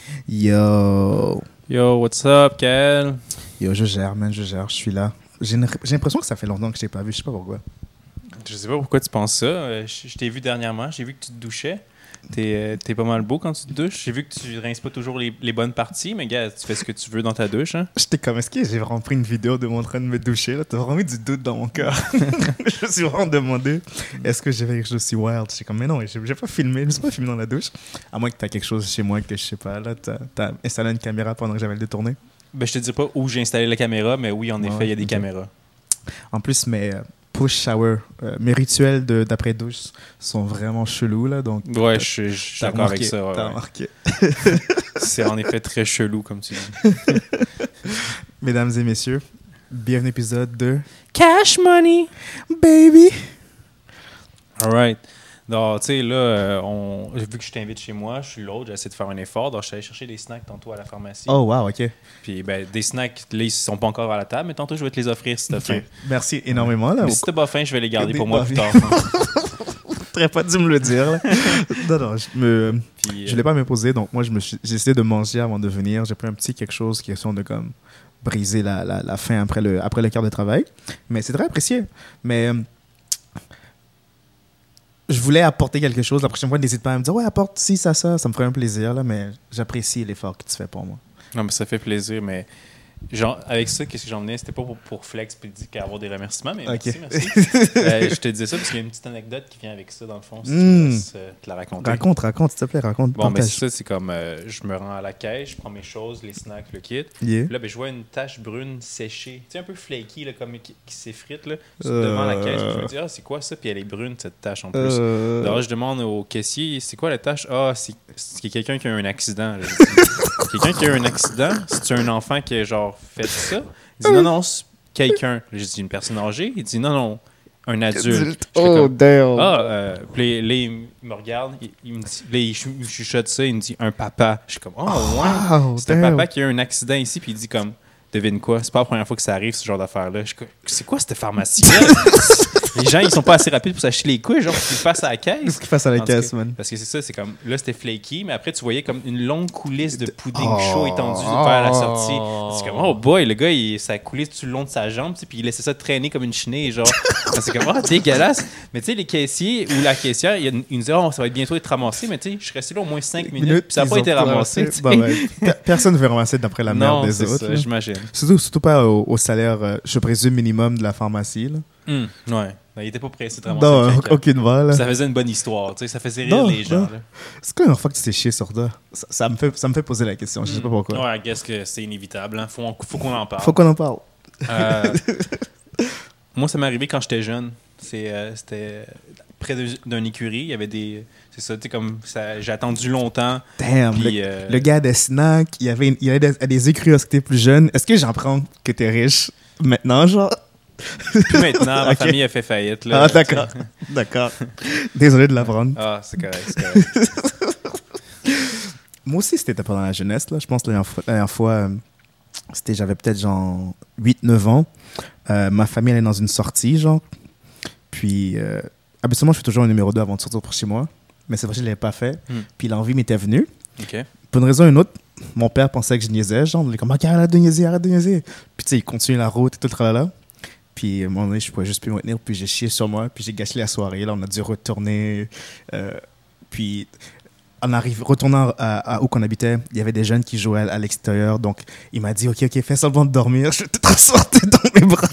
Yo. Yo, what's up, Kel? Yo, je gère, man, je suis là. J'ai l'impression que ça fait longtemps que je t'ai pas vu, je sais pas pourquoi. Je sais pas pourquoi tu penses ça. Je t'ai vu dernièrement, j'ai vu que tu te douchais. T'es pas mal beau quand tu te douches. J'ai vu que tu rinces pas toujours les bonnes parties, mais gars, tu fais ce que tu veux dans ta douche, hein? J'étais comme, est-ce que j'ai vraiment pris une vidéo de moi en train de me doucher, là? T'as vraiment mis du doute dans mon cœur. Je me suis vraiment demandé, est-ce que j'ai fait quelque chose aussi wild? J'étais comme, mais non, j'ai pas filmé, je me suis pas filmé dans la douche. À moins que t'as quelque chose chez moi que je sais pas, là, t'as installé une caméra pendant que j'avais le détourné. Ben, je te dis pas où j'ai installé la caméra, mais oui, en effet, il y a des caméras. En plus, mes push shower, mes rituels d'après-douche sont vraiment chelous, là, donc... Ouais, je suis d'accord avec ça. T'as remarqué. C'est en effet très chelou, comme tu dis. Mesdames et messieurs, bienvenue à l'épisode de... Cash Money! Baby! Alright. Donc, tu sais, là, vu que je t'invite chez moi, je suis l'autre, j'essaie de faire un effort. Donc, je suis allé chercher des snacks tantôt à la pharmacie. Oh, wow, OK. Puis, ben, des snacks, là, ils sont pas encore à la table, mais tantôt, je vais te les offrir si t'as faim. Merci énormément, là. Mais si t'as pas faim, je vais les garder pour moi plus tard. T'aurais pas dû me le dire, là. Non, je voulais pas m'imposer, donc moi, j'ai essayé de manger avant de venir. J'ai pris un petit quelque chose qui est de comme briser la faim après le quart de travail. Mais c'est très apprécié. Mais... je voulais apporter quelque chose. La prochaine fois, n'hésite pas à me dire « Ouais, apporte ci, ça. » Ça me ferait un plaisir, là, mais j'apprécie l'effort que tu fais pour moi. Non, mais ça fait plaisir, mais... Genre, avec ça, qu'est-ce que j'en venais? C'était pas pour flex puis dire avoir des remerciements, mais okay. merci. Je te disais ça parce qu'il y a une petite anecdote qui vient avec ça, dans le fond, si tu me laisses te la raconter. Raconte, s'il te plaît, raconte. Bon, mais c'est ça, c'est comme, je me rends à la caisse, je prends mes choses, les snacks, le kit. Yeah. Puis là, ben, je vois une tache brune séchée, tu sais, un peu flaky, là, comme qui s'effrite, là, devant la caisse. Je me dis, c'est quoi ça? Puis elle est brune, cette tache, en plus. Alors, je demande au caissier, c'est quoi la tache? C'est quelqu'un qui a eu un accident. Quelqu'un qui a eu un accident? C'est un enfant qui a, genre, fait ça? Il dit non, c'est quelqu'un. J'ai dit une personne âgée. Il dit non, un adulte. Oh, damn. Puis là, il me regarde, il me dit, là, il chuchote ça, il me dit un papa. Je suis comme, ouais. C'est un papa qui a eu un accident ici, puis il dit comme, devine quoi, c'est pas la première fois que ça arrive, ce genre d'affaire-là. Je suis comme, c'est quoi cette pharmacie-là? Les gens, ils sont pas assez rapides pour s'acheter les couilles, genre, pour qu'ils fassent à la caisse. Qu'est-ce qu'ils fassent à la caisse, man? Parce que c'est ça, c'est comme, là, c'était flaky, mais après, tu voyais comme une longue coulisse de pudding chaud étendu vers la sortie. C'est comme, oh boy, le gars, ça a coulé tout le long de sa jambe, puis il laissait ça traîner comme une chenille, genre. C'est comme, dégueulasse. Mais tu sais, les caissiers ou la caissière, ils nous disaient, ça va bientôt être ramassé, mais tu sais, je suis resté là au moins 5 minutes, puis ça n'a pas été ramassé. Personne ne veut ramasser d'après la merde des autres. Ça, j'imagine. Surtout pas au salaire, je présume, minimum de la pharmacie, là. Ouais. Il était pas pressé de ramasser. Non, aucune balle. Ça faisait une bonne histoire, tu sais, ça faisait rire les gens. Là. C'est quand une fois que tu t'es chié sur toi? Ça me fait poser la question, je sais pas pourquoi. Ouais, je pense que c'est inévitable. Hein. Faut qu'on en parle. Faut qu'on en parle. Moi, ça m'est arrivé quand j'étais jeune. C'était près d'un écurie. Il y avait des... C'est ça, tu sais, comme ça, j'ai attendu longtemps. Damn, puis, le gars des snacks, il y avait des écuries lorsque t'es plus jeune. Est-ce que j'apprends que t'es riche maintenant, genre? Puis maintenant, ma famille a fait faillite. Là, d'accord. Désolé de l'apprendre. Ah, c'est correct. Moi aussi, c'était pendant la jeunesse. Là. Je pense que la dernière fois j'avais peut-être genre 8-9 ans. Ma famille allait dans une sortie, genre. Puis, habituellement, je fais toujours un numéro 2 avant de sortir pour chez moi. Mais cette fois-ci, je ne l'avais pas fait. Puis l'envie m'était venue. Okay. Pour une raison ou une autre, mon père pensait que je niaisais. Genre, il était comme, arrête de niaiser. Puis, tu sais, il continue la route et tout le tralala. Puis, à un moment donné, je ne pouvais juste plus me retenir. Puis, j'ai chié sur moi. Puis, j'ai gâché la soirée. Là, on a dû retourner. Puis, retournant à où qu'on habitait, il y avait des jeunes qui jouaient à l'extérieur. Donc, il m'a dit, OK, fais semblant de dormir. Je vais te transporter dans mes bras.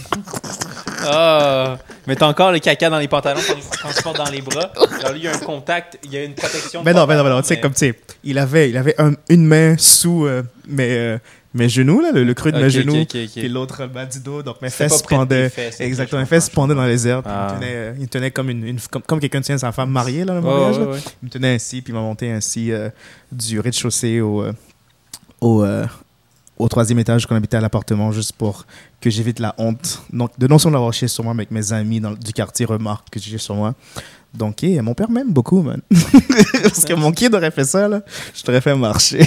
Mais t'as encore le caca dans les pantalons quand il se transporte dans les bras. Alors, il y a un contact, il y a une protection. Mais non. Tu sais, comme tu sais, il avait une main sous mes genoux, là, le creux de mes genoux, puis l'autre bas du dos. Donc, mes fesses pendaient. Exactement, mes fesses pendaient dans les airs. Il me tenait comme quelqu'un tient sa femme mariée, là, le mariage. Ouais. Il me tenait ainsi, puis il m'a monté ainsi du rez-de-chaussée au 3e étage qu'on habitait à l'appartement, juste pour que j'évite la honte. Donc, de non seulement d'avoir chié sur moi, mais que mes amis du quartier remarquent que j'ai chié sur moi. Donc, mon père m'aime beaucoup, man. Parce que mon kid aurait fait ça, là, je t'aurais fait marcher.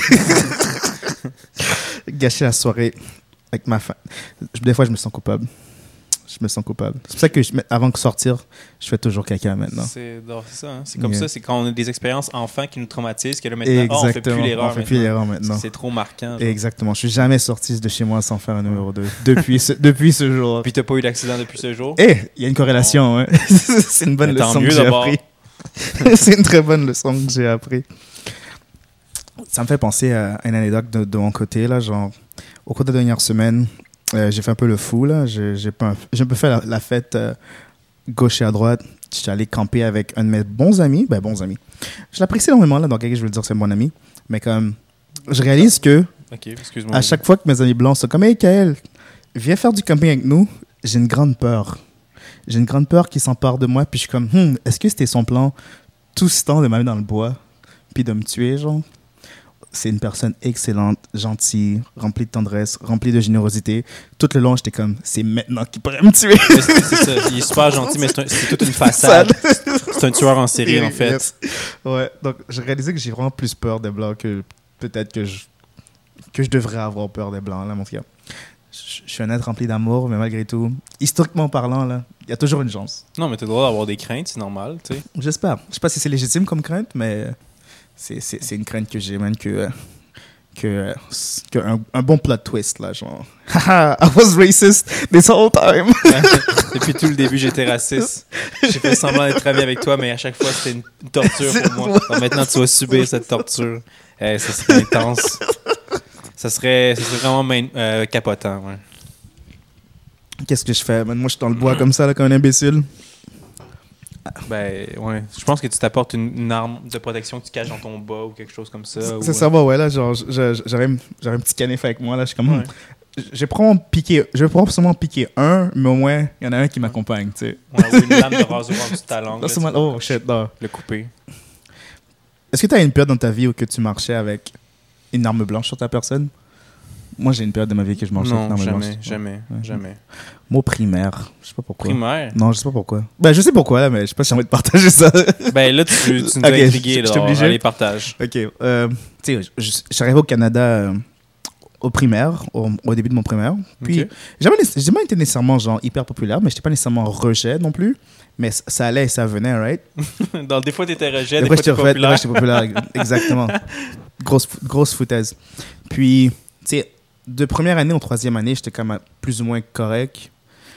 Gâcher la soirée avec ma femme. Des fois, je me sens coupable. Je me sens coupable. C'est pour ça que avant de sortir, je fais toujours caca maintenant. C'est ça. Hein. C'est comme ça. C'est quand on a des expériences enfants qui nous traumatisent que là, maintenant, on fait plus l'erreur. On fait plus l'erreur maintenant. C'est trop marquant. Genre. Exactement. Je suis jamais sorti de chez moi sans faire un numéro 2 depuis ce jour. Puis t'as pas eu d'accident depuis ce jour? Il y a une corrélation. Hein. C'est une bonne leçon que j'ai appris. C'est une très bonne leçon que j'ai appris. Ça me fait penser à une anecdote de mon côté. Là, genre, au cours des dernières semaines, j'ai fait un peu le fou. Là. J'ai un peu fait la fête gauche et à droite. J'étais allé camper avec un de mes bons amis. Bons amis. Je l'apprécie énormément, là, donc je veux dire que c'est mon ami. Mais comme, je réalise que à chaque fois que mes amis blancs sont comme « Hey, Kael, viens faire du camping avec nous », j'ai une grande peur. J'ai une grande peur qu'il s'empare de moi. Puis je suis comme « Est-ce que c'était son plan tout ce temps de m'amener dans le bois puis de me tuer, genre ?» C'est une personne excellente, gentille, remplie de tendresse, remplie de générosité. Tout le long, j'étais comme, c'est maintenant qu'il pourrait me tuer. C'est ça. Il est super gentil, mais c'est toute une façade. C'est un tueur en série, en fait. Yes. Ouais, donc j'ai réalisé que j'ai vraiment plus peur des Blancs que peut-être que je devrais avoir peur des Blancs, là, mon frère. Je suis un être rempli d'amour, mais malgré tout, historiquement parlant, là, il y a toujours une chance. Non, mais tu as le droit d'avoir des craintes, c'est normal, tu sais. J'espère. Je sais pas si c'est légitime comme crainte, mais... C'est une crainte que j'ai, man, un bon plot twist, là, genre. Haha, I was racist this whole time. Depuis tout le début, j'étais raciste. J'ai fait semblant d'être ami avec toi, mais à chaque fois, c'était une torture pour moi. Alors maintenant, tu vas subir cette torture. Ça serait intense. Ça serait vraiment capotant, ouais. Qu'est-ce que je fais, man? Moi, je suis dans le bois comme ça, là, comme un imbécile. Ouais. Je pense que tu t'apportes une arme de protection que tu caches dans ton bas ou quelque chose comme ça. C'est ça, ouais, là, genre, j'aurais un petit canif avec moi, là, je suis comme... Ouais. Je vais probablement seulement piquer un, mais au moins, il y en a un qui m'accompagne, tu sais. Ouais, ou une lame de rasoir en dessous de ta langue. Là, oh, shit, non. Le couper. Est-ce que tu as une période dans ta vie où que tu marchais avec une arme blanche sur ta personne? Moi, j'ai une période de ma vie que je marchais avec une arme blanche. Non, jamais. Moi, primaire. Je sais pas pourquoi. Primaire? Non, je sais pas pourquoi. Je sais pourquoi, là, mais je sais pas si j'ai envie de partager ça. Là, tu nous as intrigué, là. Allez, partage. OK. Tu sais, je suis arrivé au Canada au primaire, au début de mon primaire. Puis, j'ai jamais été nécessairement, genre, hyper populaire, mais j'étais pas nécessairement rejet non plus. Mais ça allait et ça venait, right? Donc, des fois, t'étais rejet, des fois, j'étais populaire. Des fois, j'étais populaire, exactement. Grosse foutaise. Puis, tu sais, de première année en troisième année, j'étais quand même plus ou moins correct.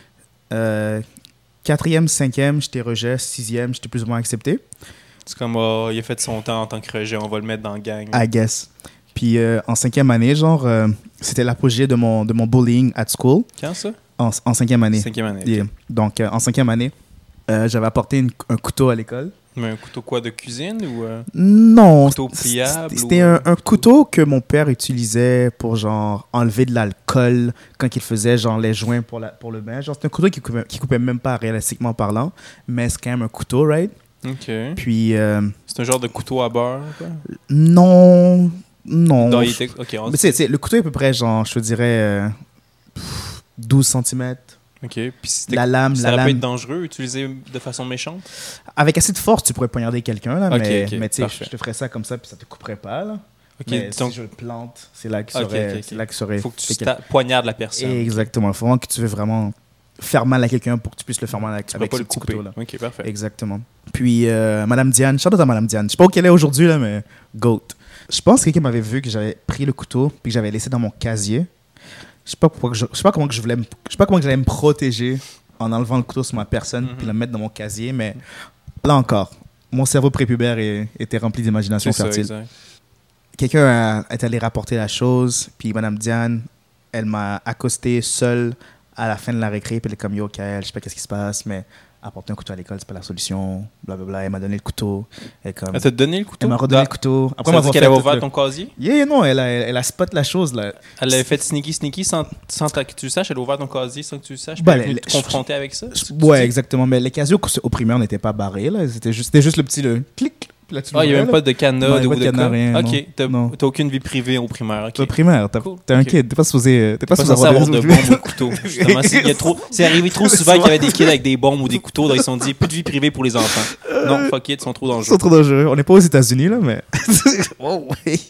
Quatrième, cinquième, j'étais rejet. Sixième, j'étais plus ou moins accepté. C'est comme, il a fait son temps en tant que rejet, on va le mettre dans le gang. I guess. Puis en cinquième année, genre, c'était l'apogée de mon bullying at school. Quand ça? En cinquième année. Cinquième année. Yeah. Okay. Donc, en cinquième année, j'avais apporté un couteau à l'école. Mais un couteau quoi, de cuisine ou non, un couteau pliable? C'était un couteau que mon père utilisait pour genre enlever de l'alcool quand il faisait genre les joints pour le bain. Genre, c'était un couteau qui coupait même pas réalistiquement parlant, mais c'est quand même un couteau, right? OK. Puis... c'est un genre de couteau à beurre, quoi? Non. Non, OK. Mais c'est le couteau est à peu près genre, je te dirais, 12 cm. OK. Puis la lame. peut être dangereux, utilisé de façon méchante? Avec assez de force, tu pourrais poignarder quelqu'un, là, mais tu sais, je te ferais ça comme ça, puis ça te couperait pas, là. OK. Mais si je le plante, c'est là qu'il serait... Faut que tu poignardes la personne. Exactement. Il faut vraiment que tu veux vraiment faire mal à quelqu'un pour que tu puisses le faire mal avec ce petit couteau-là. OK, parfait. Exactement. Puis, Madame Diane, shout out à Madame Diane. Je sais pas où qu'elle est aujourd'hui, là, mais GOAT. Je pense que quelqu'un m'avait vu que j'avais pris le couteau puis que j'avais laissé dans mon casier. Je sais pas comment j'allais me protéger en enlevant le couteau sur ma personne puis le mettre dans mon casier, mais là encore, mon cerveau prépubère était rempli d'imagination fertile. Quelqu'un est allé rapporter la chose, puis Madame Diane, elle m'a accosté seule à la fin de la récré, puis elle est comme « Yo, Kael, je sais pas qu'est-ce qui se passe, mais apporter un couteau à l'école, c'est pas la solution, blablabla. » Elle m'a donné le couteau. Elle t'a donné le couteau? Elle m'a redonné le couteau. Après, ça veut dire qu'elle avait ouvert ton casier? Non, elle a spot la chose, là. Elle avait fait sneaky sans que tu le saches. Elle a ouvert ton casier sans que tu le saches. Elle est venue te confronter avec ça? Ouais, exactement. Mais les casiers au primaire n'étaient pas barrés, là. C'était juste le petit clic. Il n'y a même pas de cadenas ou de cadenas, rien. OK, t'as aucune vie privée au primaire. Au primaire, t'es un kid. T'es pas supposé avoir de bombes ou de couteaux. Justement, c'est arrivé trop souvent qu'il y avait des kids avec des bombes ou des couteaux, donc ils se sont dit plus de vie privée pour les enfants. Non, fuck it, ils sont trop dangereux. Ils sont trop dangereux. On n'est pas aux États-Unis, là, mais.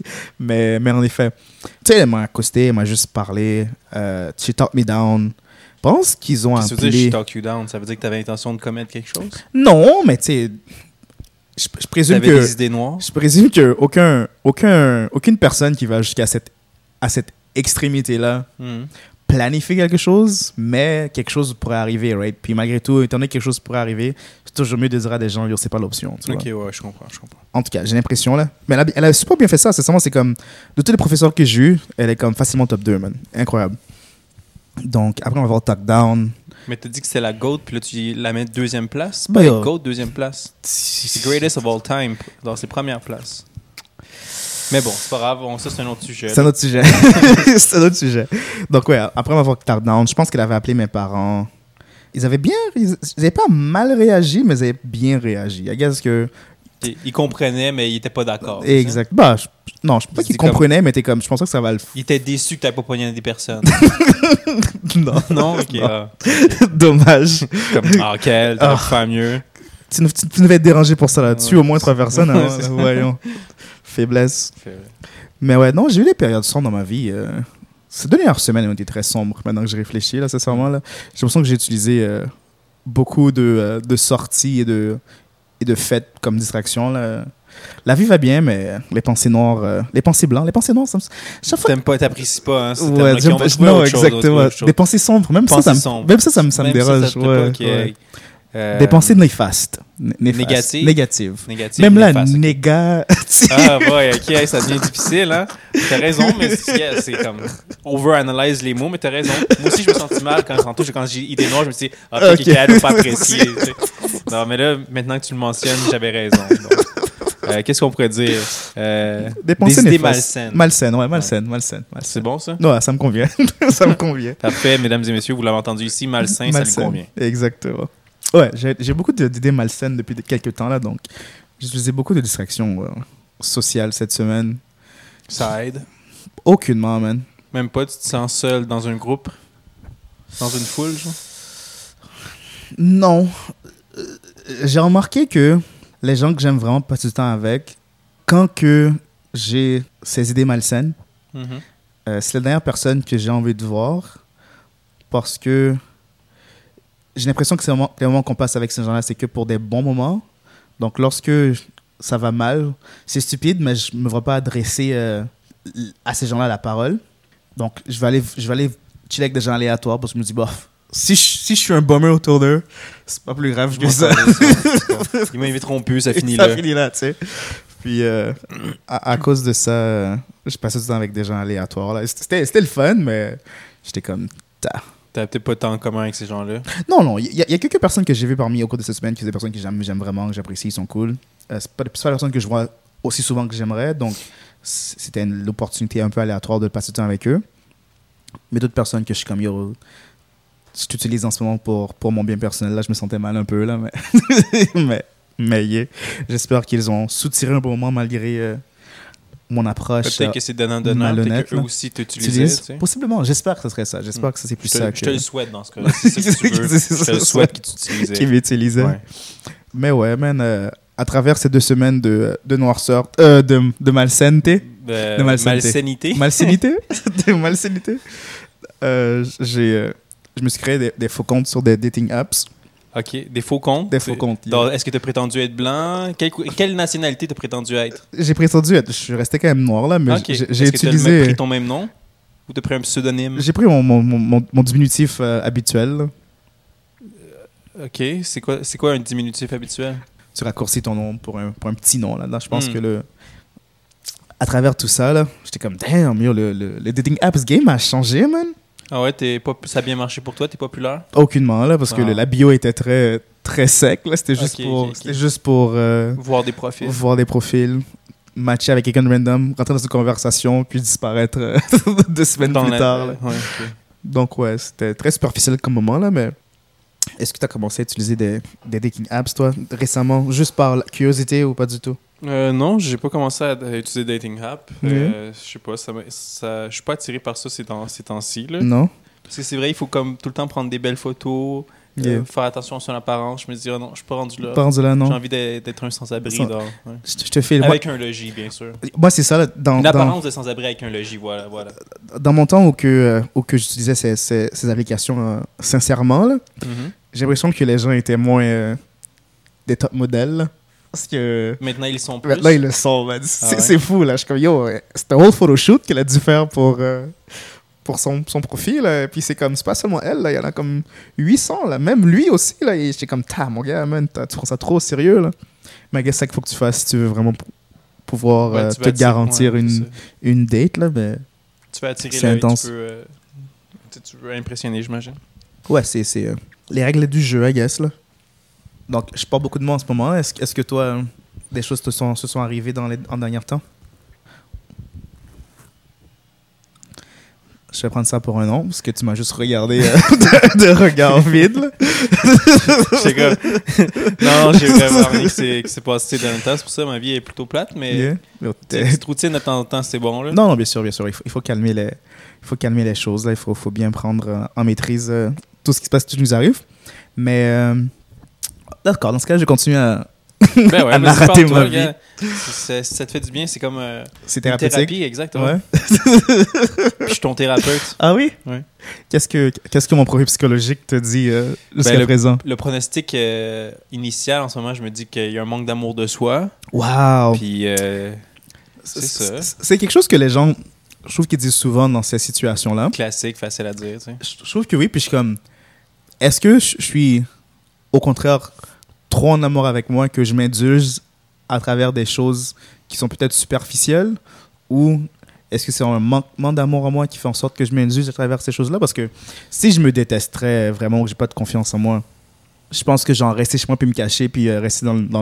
mais en effet. Tu sais, elle m'a accosté, elle m'a juste parlé. She talked me down. pense qu'ils ont Qu'est-ce que ça veut dire, appelé... je talk you down? Ça veut dire que tu avais l'intention de commettre quelque chose? Non, mais tu sais, je présume T'avais que... des idées noires? Je présume que aucune personne qui va jusqu'à cette extrémité-là planifie quelque chose, mais quelque chose pourrait arriver, right? Puis malgré tout, étant donné que quelque chose pourrait arriver, c'est toujours mieux de dire à des gens, yo, c'est pas l'option. Tu Ok, vois? ouais, je comprends. En tout cas, j'ai l'impression, là. Mais elle a super bien fait ça. C'est comme, de tous les professeurs que j'ai eu, elle est comme facilement top 2, man. Incroyable. Donc, après, on va voir Talk Down. Mais t'as dit que c'était la GOAT, puis là, tu la mets deuxième place? Ben, Pas yo. GOAT, deuxième place. C'est greatest of all time dans ses premières places. Mais bon, c'est pas grave, ça c'est un autre sujet. C'est un autre sujet. C'est un autre sujet. Donc, ouais, après, on va voir Talk Down. Je pense qu'elle avait appelé mes parents. Ils avaient pas mal réagi, mais ils avaient bien réagi. I guess que... Il comprenait, mais il était pas d'accord. Exact. Bah, non, je pense pas qu'ils comprenaient, mais je pensais que ça va le... Il était déçu que t'avais pas poigné des personnes. Non. Non? Ok. Non. Dommage. Comme, quel, t'aurais pu faire mieux. Tu nous avais dérangé pour ça là-dessus, au moins 3 personnes. Hein, c'est ça. voyons. Faiblesse. Mais ouais, non, j'ai eu des périodes sombres dans ma vie. Ces dernières semaines ont été très sombres, maintenant que j'ai réfléchi, là, sincèrement. Là. J'ai l'impression que j'ai utilisé beaucoup de sorties et de fêtes comme distraction. Là. La vie va bien, mais les pensées noires, les pensées blanches, ça me... Chaque fois... T'apprécies pas, hein? Ouais, non, exactement. Des pensées sombres, même ça me dérange. Ouais. Des pensées néfastes. Négatives. Même là, ouais, ok, ça devient difficile, hein. T'as raison, mais c'est comme over-analyse les mots, mais t'as raison. Moi aussi, je me sentis mal quand j'ai idée noire, je me suis dit, peut-être qu'il ne pas apprécier. Non, mais là, maintenant que tu le mentionnes, j'avais raison. Donc, qu'est-ce qu'on pourrait dire? Des pensées idées malsaines. Malsaines. C'est bon, ça? Ouais, ça me convient. Ça me convient. Parfait, mesdames et messieurs, vous l'avez entendu ici, malsain, ça lui convient. Exactement. Ouais, j'ai beaucoup d'idées malsaines depuis quelques temps, là, donc j'ai utilisé beaucoup de distractions sociales cette semaine. Ça aide? Aucunement, man. Même pas, tu te sens seul dans un groupe? Dans une foule, genre? Non. J'ai remarqué que les gens que j'aime vraiment passer du temps avec, quand que j'ai ces idées malsaines, c'est la dernière personne que j'ai envie de voir, parce que j'ai l'impression que les moments qu'on passe avec ces gens-là, c'est que pour des bons moments. Donc, lorsque ça va mal, c'est stupide, mais je ne me vois pas adresser à ces gens-là la parole. Donc, je vais aller chiller avec des gens aléatoires parce que je me dis, bof, si je suis un bummer autour d'eux, c'est pas plus grave que ça. Ils m'inviteront plus, ça finit là. là. Ça finit là, tu sais. Puis, à cause de ça, je passais du temps avec des gens aléatoires. Là. C'était le fun, mais j'étais comme... T'as peut-être pas tant en commun avec ces gens-là? Non. Il y a quelques personnes que j'ai vues parmi au cours de cette semaine qui sont des personnes que j'aime vraiment, que j'apprécie, ils sont cool. C'est pas des personnes que je vois aussi souvent que j'aimerais, donc c'était l'opportunité un peu aléatoire de passer du temps avec eux. Mais d'autres personnes que je suis comme, yo, je t'utilise en ce moment pour mon bien personnel. Là, je me sentais mal un peu, là, mais yeah. J'espère qu'ils ont soutiré un bon moment malgré mon approche. Peut-être que c'est donnant-donnant, peut-être qu'eux aussi t'utilisaient. Possiblement, j'espère que ce serait ça. J'espère que ça, c'est plus ça. Je te le souhaite dans ce cas-là. C'est ça que tu veux. Je te le souhaite qu'ils t'utilisaient. Qu'ils m'utilisaient. Ouais. Mais ouais, man, à travers ces 2 semaines de noirceur, de malsainité. De malsainité. De malsainité. Je me suis créé des faux comptes sur des dating apps. OK. Des faux comptes? Des faux comptes. Est-ce que tu as prétendu être blanc? Quelle nationalité tu as prétendu être? J'ai prétendu être... Je suis resté quand même noir, là, mais okay. j'ai utilisé... Est-ce que tu as pris ton même nom? Ou tu as pris un pseudonyme? J'ai pris mon diminutif habituel. OK. C'est quoi un diminutif habituel? Tu raccourcis ton nom pour un petit nom, là. Je pense que à travers tout ça, là, j'étais comme, damn, le dating apps game a changé, man. Ah ouais, ça a bien marché pour toi? T'es populaire? Aucunement, là, parce que la bio était très, très sec, là. C'était juste pour voir des profils. Voir des profils, matcher avec quelqu'un de random, rentrer dans une conversation, puis disparaître 2 semaines plus tard. Là. Ouais, okay. Donc, ouais, c'était très superficiel comme moment, là, mais est-ce que tu as commencé à utiliser des dating apps, toi, récemment, juste par curiosité ou pas du tout? Non, j'ai pas commencé à utiliser dating app. Je sais pas, je suis pas attiré par ça ces temps-ci. Là. Non. Parce que c'est vrai, il faut comme tout le temps prendre des belles photos, faire attention à son apparence. Je me dis, oh non, je suis pas rendu là. Pas rendu là, non. J'ai envie d'être un sans-abri. Ouais. Je te fais... Avec un logis, bien sûr. Moi, c'est ça. Là, une apparence de sans-abri avec un logis, voilà. Dans mon temps où j'utilisais ces applications sincèrement, là, j'ai l'impression que les gens étaient moins des top modèles. Là. Parce que... Maintenant, ils sont plus. Maintenant, ils le sont. Man. C'est fou. Là. Je suis comme, yo, c'est un whole photoshoot qu'elle a dû faire pour son profil. Là. Et puis, c'est pas seulement elle. Là. Il y en a comme 800. Là. Même lui aussi. Là. Et j'étais comme, mon gars, man, tu prends ça trop au sérieux. Là. Mais c'est ça qu'il faut que tu fasses si tu veux vraiment pouvoir te garantir une date. Là, ben, tu veux attirer l'œil, tu veux impressionner, j'imagine. Ouais, c'est les règles du jeu, I guess. Là. Donc, je parle beaucoup de moi en ce moment. Est-ce que toi, des choses se sont arrivées en dernier temps? Je vais prendre ça pour un non, parce que tu m'as juste regardé de regard vide. J'étais comme... Non, j'ai vraiment remarqué que c'est passé dans le temps. C'est pour ça que ma vie est plutôt plate, mais une petite routine de temps en temps, c'est bon. Là. Non, bien sûr. Il faut calmer les choses. Là. Il faut bien prendre en maîtrise tout ce qui se passe, tout ce qui nous arrive. Mais... D'accord, dans ce cas, je vais continuer à narrater ma vie. Ça te fait du bien, c'est comme c'est une thérapie, exactement. Ouais. Puis je suis ton thérapeute. Ah oui? Ouais. Qu'est-ce que mon profil psychologique te dit jusqu'à présent? Le pronostic initial, en ce moment, je me dis qu'il y a un manque d'amour de soi. Wow! Puis c'est ça. C'est quelque chose que les gens, je trouve qu'ils disent souvent dans ces situations-là. Classique, facile à dire. Tu sais. Je trouve que oui, puis je suis comme... Est-ce que je suis... au contraire, trop en amour avec moi que je m'indulge à travers des choses qui sont peut-être superficielles, ou est-ce que c'est un manquement d'amour en moi qui fait en sorte que je m'indulge à travers ces choses-là? Parce que si je me détesterais vraiment, que j'ai pas de confiance en moi, je pense que genre rester chez moi puis me cacher puis rester dans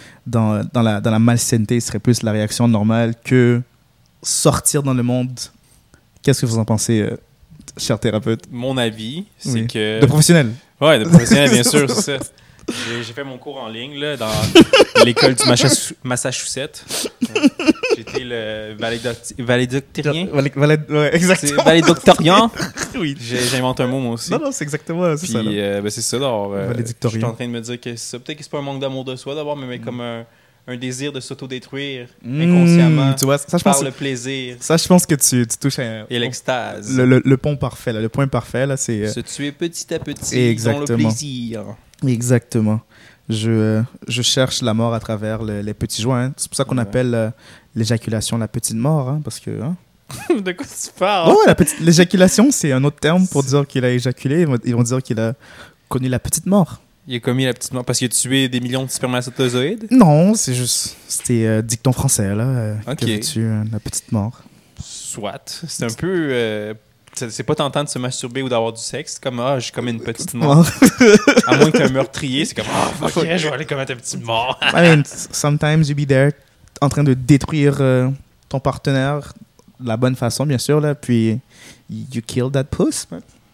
la malsainteté serait plus la réaction normale que sortir dans le monde. Qu'est-ce que vous en pensez, cher thérapeute? Mon avis, c'est que... De professionnel? Ouais, de professionnel, bien sûr, c'est ça. J'ai fait mon cours en ligne là, dans l'école du Massachusetts. J'étais le valédictorien. Ouais, exactement. Valédictorian. Oui. J'invente un mot, moi aussi. Non, c'est exactement ça. Puis, ben, c'est ça. Je suis en train de me dire que peut-être que c'est pas un manque d'amour de soi d'abord, mais comme un désir de s'autodétruire inconsciemment tu vois, ça, par le plaisir. Ça, je pense que tu touches et l'extase. Le point parfait. Là, le point parfait, là, c'est... Se tuer petit à petit dans le plaisir. Exactement. Je cherche la mort à travers les petits joints. Hein. C'est pour ça qu'on appelle l'éjaculation la petite mort. Hein, parce que... Hein? De quoi tu parles? Oh, l'éjaculation, c'est un autre terme pour dire qu'il a éjaculé. Ils vont dire qu'il a connu la petite mort. Il a commis la petite mort parce qu'il a tué des millions de spermatozoïdes? Non, c'était dicton français, là. Ok. La petite mort. Soit. C'est un peu... c'est pas tentant de se masturber ou d'avoir du sexe. C'est comme, j'ai commis une petite mort. À moins que t'es un meurtrier, c'est comme, ok, je vais aller commettre une petite mort. I mean, sometimes you be there en train de détruire ton partenaire de la bonne façon, bien sûr, là, puis you kill that puss.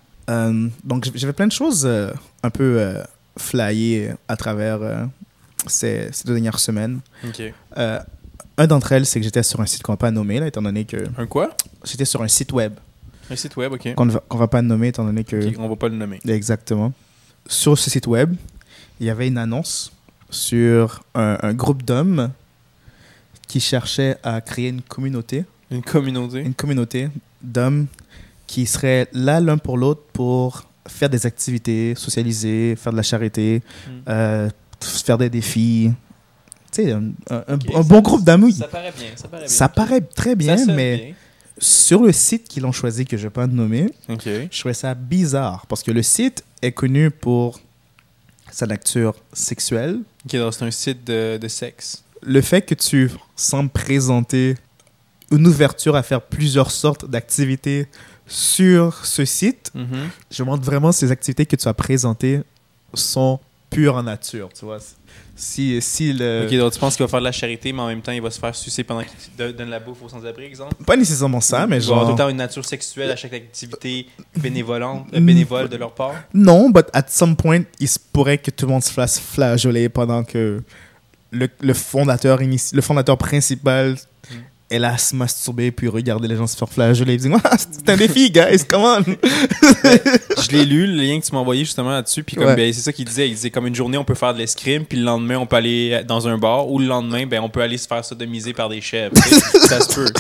Donc, j'avais plein de choses un peu flyées à travers ces 2 dernières semaines. Ok. Un d'entre elles, c'est que j'étais sur un site qu'on va pas nommer, là, étant donné que... Un quoi? J'étais sur un site web. Un site web, ok. Qu'on va pas nommer, étant donné que... Okay, on va pas le nommer. Exactement. Sur ce site web, il y avait une annonce sur un groupe d'hommes qui cherchait à créer une communauté. Une communauté? Une communauté d'hommes qui seraient là l'un pour l'autre pour faire des activités, socialiser, faire de la charité, faire des défis. Tu sais, un bon groupe d'amis. Ça paraît bien. Ça paraît très bien, mais bien. Sur le site qu'ils ont choisi, que je ne vais pas nommer, je trouvais ça bizarre parce que le site est connu pour sa nature sexuelle. Ok, donc c'est un site de sexe. Le fait que tu sembles présenter une ouverture à faire plusieurs sortes d'activités sur ce site, je me demande vraiment si les activités que tu as présentées sont pures en nature, tu vois. Ok, donc tu penses qu'il va faire de la charité, mais en même temps, il va se faire sucer pendant qu'il donne la bouffe aux sans-abri, exemple? Pas nécessairement ça, mais genre... Il va avoir tout le temps une nature sexuelle à chaque activité bénévole de leur part? Non, but at some point, il se pourrait que tout le monde se fasse flageoler pendant que le fondateur principal elle a se masturber puis regarder les gens se faire flageller. Il dit, c'est un défi, guys, come on. Je l'ai lu, le lien que tu m'as envoyé justement là-dessus. Puis comme, ben, c'est ça qu'il disait. Il disait comme une journée, on peut faire de l'escrime, puis le lendemain, on peut aller dans un bar, ou le lendemain, ben, on peut aller se faire sodomiser par des chèvres. Ça se peut.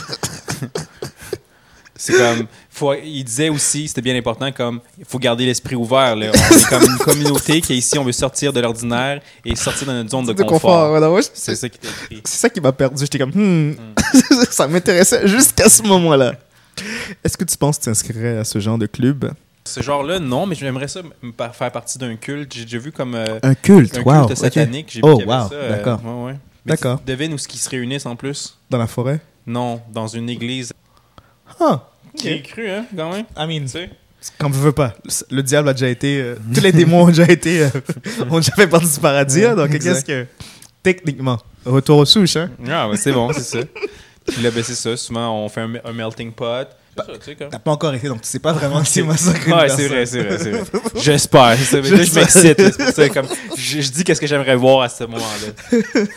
C'est comme, il disait aussi, c'était bien important, comme, il faut garder l'esprit ouvert. Là. On est comme une communauté qui, ici, on veut sortir de l'ordinaire et sortir de notre zone de confort. Voilà, ouais, c'est ça qui t'a écrit. C'est ça qui m'a perdu. J'étais comme, ça m'intéressait jusqu'à ce moment-là. Est-ce que tu penses que tu t'inscrirais à ce genre de club? Ce genre-là, non, mais j'aimerais ça faire partie d'un culte. J'ai déjà vu comme un culte, un culte satanique. Okay. J'ai vu qu'il y avait ça. D'accord. Ouais. D'accord. Devine où ce qu'ils se réunissent en plus? Dans la forêt? Non, dans une église. J'ai cru, hein, quand même. I mean, tu sais. Quand on veut pas. Le diable a déjà été... tous les démons ont déjà été... ont déjà fait partie du paradis, donc qu'est-ce que... Techniquement, retour aux souches, hein? Ah, ouais, c'est bon, c'est ça. Puis là, ben, c'est ça. Souvent, on fait un melting pot. Ça, tu sais, t'as pas encore été, donc tu sais pas vraiment si c'est massacré. Ouais, c'est vrai. J'espère. Là, je m'excite. C'est pour ça, comme, je dis qu'est-ce que j'aimerais voir à ce moment-là.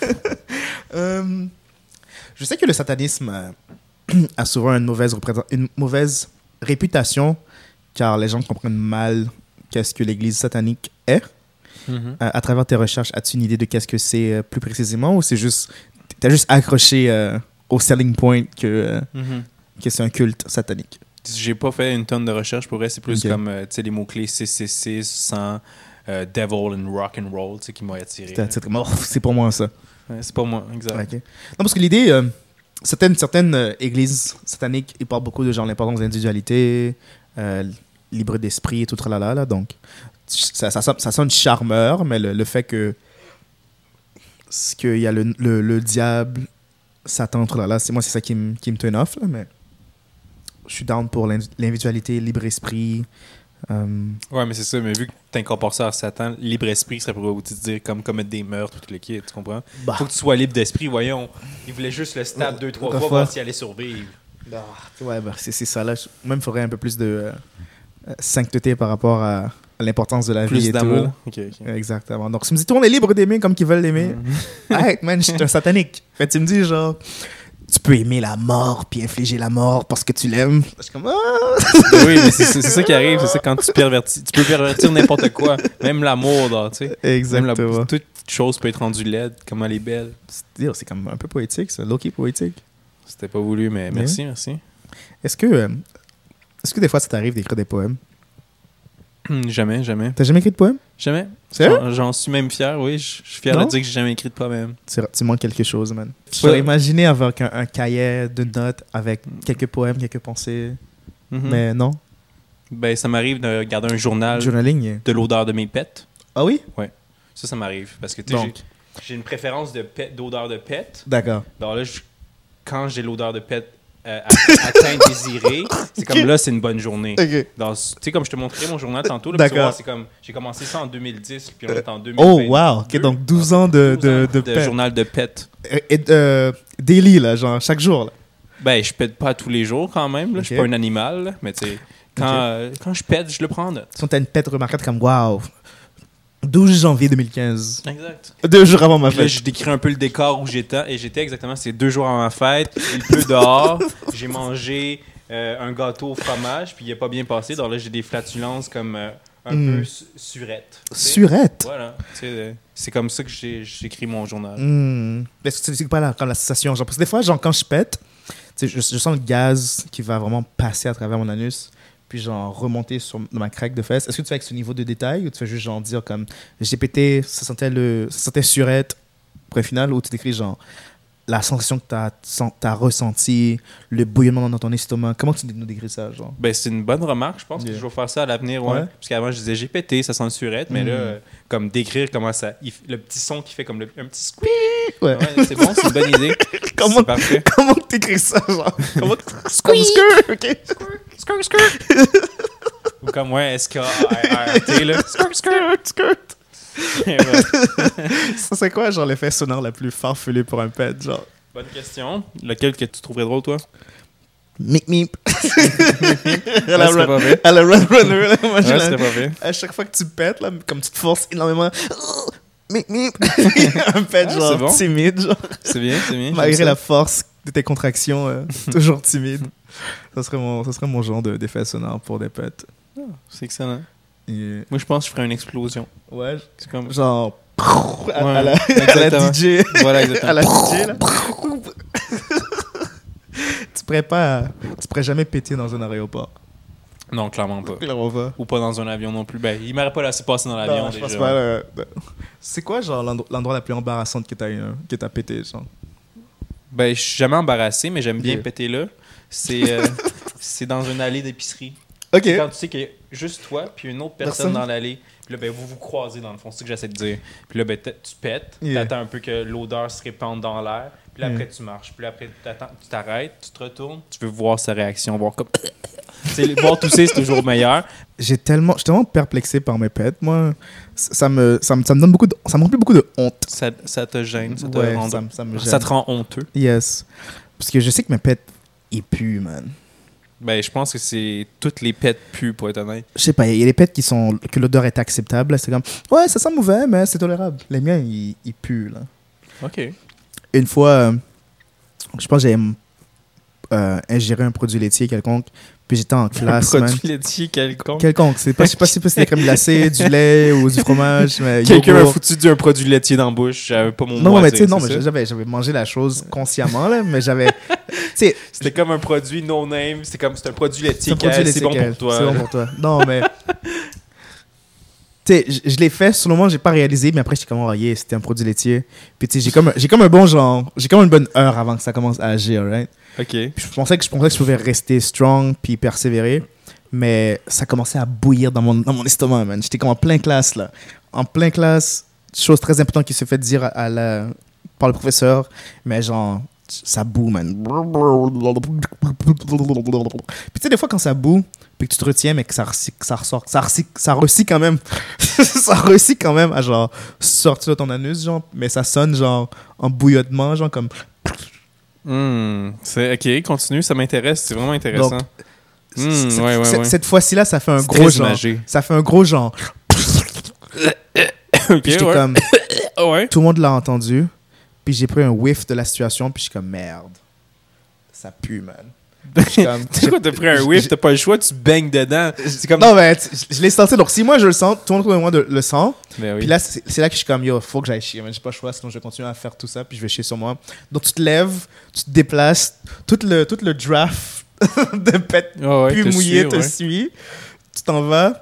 Je sais que le satanisme a souvent une mauvaise réputation, car les gens comprennent mal qu'est-ce que l'Église satanique est. Mm-hmm. À travers tes recherches, as-tu une idée de qu'est-ce que c'est plus précisément, ou c'est juste t'as juste accroché au selling point que c'est un culte satanique? J'ai pas fait une tonne de recherches pour elle. C'est plus comme tu sais, les mots-clés CCC, sans Devil and Rock and Roll, tu sais, qui m'ont attiré. C'est pour moi ça. Ouais, c'est pour moi, exact. Okay. Non, parce que l'idée, certaines églises sataniques, ils parlent beaucoup de genre l'importance de l'individualité, libre d'esprit et tout là, donc ça sonne charmeur, mais le fait que qu'il y a le diable, Satan, tout là, c'est ça qui me turn off, là, mais je suis down pour l'individualité, libre esprit. Ouais, mais c'est ça, mais vu que tu incorpores ça à Satan, libre esprit, ça pourrait aussi te dire comme commettre des meurtres, tout le kit, tu comprends? Faut que tu sois libre d'esprit, voyons. Il voulait juste le stab 2-3 fois, voir s'il allait survivre. Ouais, c'est ça, là. Même, il faudrait un peu plus de sainteté par rapport à l'importance de la vie et d'amour. tout. Okay. Exactement. Donc, si tu me dis, tout le monde est libre d'aimer comme qu'ils veulent l'aimer, hey, man, je suis un satanique. Fait, tu me dis, genre, tu peux aimer la mort puis infliger la mort parce que tu l'aimes. Je suis comme, Oui, mais c'est ça qui arrive. C'est ça quand tu pervertis. Tu peux pervertir n'importe quoi. Même l'amour, tu sais. Exactement. Toute chose peut être rendue laide. Comment elle est belle. C'est comme un peu poétique, ça. Low-key poétique. C'était pas voulu, mais merci. Est-ce que des fois, ça t'arrive d'écrire des poèmes? Jamais. T'as jamais écrit de poème? Jamais. Sérieux? J'en suis même fier, oui. Je suis fier de dire que j'ai jamais écrit de poème. Tu manques quelque chose, man. Tu pourrais imaginer avec un cahier de notes avec quelques poèmes, quelques pensées. Mais non. Ben, ça m'arrive de regarder un journal de l'odeur de mes pets. Ah oui? Ouais. Ça m'arrive. Parce que j'ai une préférence d'odeur de pet. D'accord. Alors là, quand j'ai l'odeur de pet atteint désiré, c'est comme là, c'est une bonne journée. Okay. Tu sais, comme je te montrais mon journal tantôt, là, d'accord. C'est comme, j'ai commencé ça en 2010, puis on est en 2020. Oh, wow! Ok, donc 12 ans de pet. Journal de pet. Et daily, là, genre chaque jour, là. Ben, je pète pas tous les jours quand même, là. Je suis pas un animal, là, mais tu sais, quand je pète, je le prends en note. Si t'as une pète remarquable comme, wow! 12 janvier 2015. Exact. 2 jours avant ma fête. Là, je décris un peu le décor où j'étais. Et j'étais exactement, c'est 2 jours avant ma fête. Il pleut dehors. J'ai mangé un gâteau au fromage. Puis il n'est pas bien passé. Donc là, j'ai des flatulences comme un peu surette. Surette? Voilà. C'est comme ça que j'écris mon journal. Est-ce que c'est pas la sensation? Genre, parce que des fois, genre, quand je pète, je sens le gaz qui va vraiment passer à travers mon anus. Puis genre remonter dans ma craque de fesses. Est-ce que tu fais avec ce niveau de détail ou tu fais juste genre dire comme j'ai pété, ça sentait surette, point final, ou tu décris genre la sensation que t'as ressenti, le bouillonnement dans ton estomac? Comment tu nous décris ça, genre? Ben, c'est une bonne remarque. Je pense que je vais faire ça à l'avenir, ouais. Parce qu'avant, je disais j'ai pété, ça sent surette, mais là, comme décrire comment ça... le petit son qui fait comme un petit squeak. Ouais, c'est bon, c'est une bonne idée. C'est parfait. Comment t'écris ça, genre? Squeak! OK. Skirt. Ou comme, S-K-R-T, là. Skirt. Ça, c'est quoi, genre, l'effet sonore la plus farfelue pour un pet, genre? Bonne question. Lequel que tu trouverais drôle, toi? Mip mip. À la Roadrunner. Moi, c'était pas fait. À chaque fois que tu pètes, là, comme tu te forces énormément, mip mip. Un pet, genre, timide, genre. C'est bien. Malgré la force de tes contractions, toujours timide. Ça serait mon genre d'effet sonore pour des pets. C'est excellent. Et... Moi, je pense que je ferais une explosion. Ouais, C'est comme... genre... à Ouais, la exactement. DJ. Voilà, exactement. À la DJ, là. Tu pourrais jamais péter dans un aéroport. Non, clairement pas. Clairement pas. Ou pas dans un avion non plus. Ben, il m'aurait pas laissé passer dans l'avion Non, je déjà. pense pas. C'est quoi, genre, l'endroit le plus embarrassant que t'as pété, genre? Ben, je suis jamais embarrassé, mais j'aime bien Yeah. péter là. C'est dans une allée d'épicerie. Ok. C'est quand tu sais qu'il y a juste toi puis une autre personne Personne. dans l'allée. Puis là, ben, vous vous croisez dans le fond. C'est ce que j'essaie de dire. Puis là, ben, tu pètes. Yeah. T'attends un peu que l'odeur se répande dans l'air. Puis là, Yeah. après, tu marches. Puis là, après, tu t'arrêtes, tu te retournes. Tu veux voir sa réaction, voir comme... Tu sais, voir tousser, c'est toujours meilleur. Je suis tellement perplexé par mes pets, moi. Ça me donne beaucoup ça me remplit beaucoup de honte. Ça te gêne, ça te Ouais, rend... ça me gêne. Ça te rend honteux. Yes. Parce que je sais que mes pets, ils puent, man. Ben, je pense que c'est... Toutes les pets puent, pour être honnête. Je sais pas, il y a des pets que l'odeur est acceptable. C'est comme, ouais, ça sent mauvais, mais c'est tolérable. Les miens, ils puent, là. OK. Une fois, je pense que j'avais ingéré un produit laitier quelconque, puis j'étais en classe, Un man. produit laitier quelconque. Quelconque, je sais pas si c'est des crèmes glacées, du lait ou du fromage, mais Quelqu'un m'a yogourt. foutu un produit laitier dans la bouche. J'avais pas mon mot Non, à mais dire, tu sais, non, c'est mais ça? j'avais mangé la chose consciemment, là, mais j'avais... Tu sais, C'était comme un produit no-name. C'est un produit laitier. c'est un produit C'est bon laitier, pour toi. C'est bon pour toi. Non, mais... Tu sais, je l'ai fait, sur le moment, j'ai pas réalisé, mais après, j'étais comme, oh, yeah, c'était un produit laitier. Puis, tu sais, j'ai comme un bon genre... J'ai comme une bonne heure avant que ça commence à agir, right? OK. Puis je pensais que je pouvais rester strong puis persévérer, mais ça commençait à bouillir dans mon estomac, man. J'étais comme en plein classe, là. En plein classe, chose très importante qui se fait dire par le professeur, mais genre, ça boue, man. Puis tu sais, des fois, quand ça boue, puis que tu te retiens, mais que ça ressort, ça réussit quand même. Ça réussit quand même à genre sortir de ton anus, genre, mais ça sonne genre en bouillotement, genre comme... C'est OK, continue, ça m'intéresse, c'est vraiment intéressant. Donc, ouais. Cette fois-ci là, ça fait un C'est gros très genre. imagé. Ça fait un gros genre. OK, Puis j'étais ouais. comme, Ouais. tout le monde l'a entendu. Puis j'ai pris un whiff de la situation. Puis je suis comme merde, ça pue, man. Je suis comme, Tu sais quoi, t'as pris un whiff, t'as pas le choix, tu baignes dedans. C'est comme... Non, mais je l'ai senti. Donc si moi je le sens, tout le monde autour de moi le sent. Ben oui. Puis là, c'est là que je suis comme, yo, faut que j'aille chier. Mais j'ai pas le choix, sinon je vais continuer à faire tout ça. Puis je vais chier sur moi. Donc tu te lèves, tu te déplaces. Tout le draft de pète plus te mouillé suis, te ouais. suit. Tu t'en vas.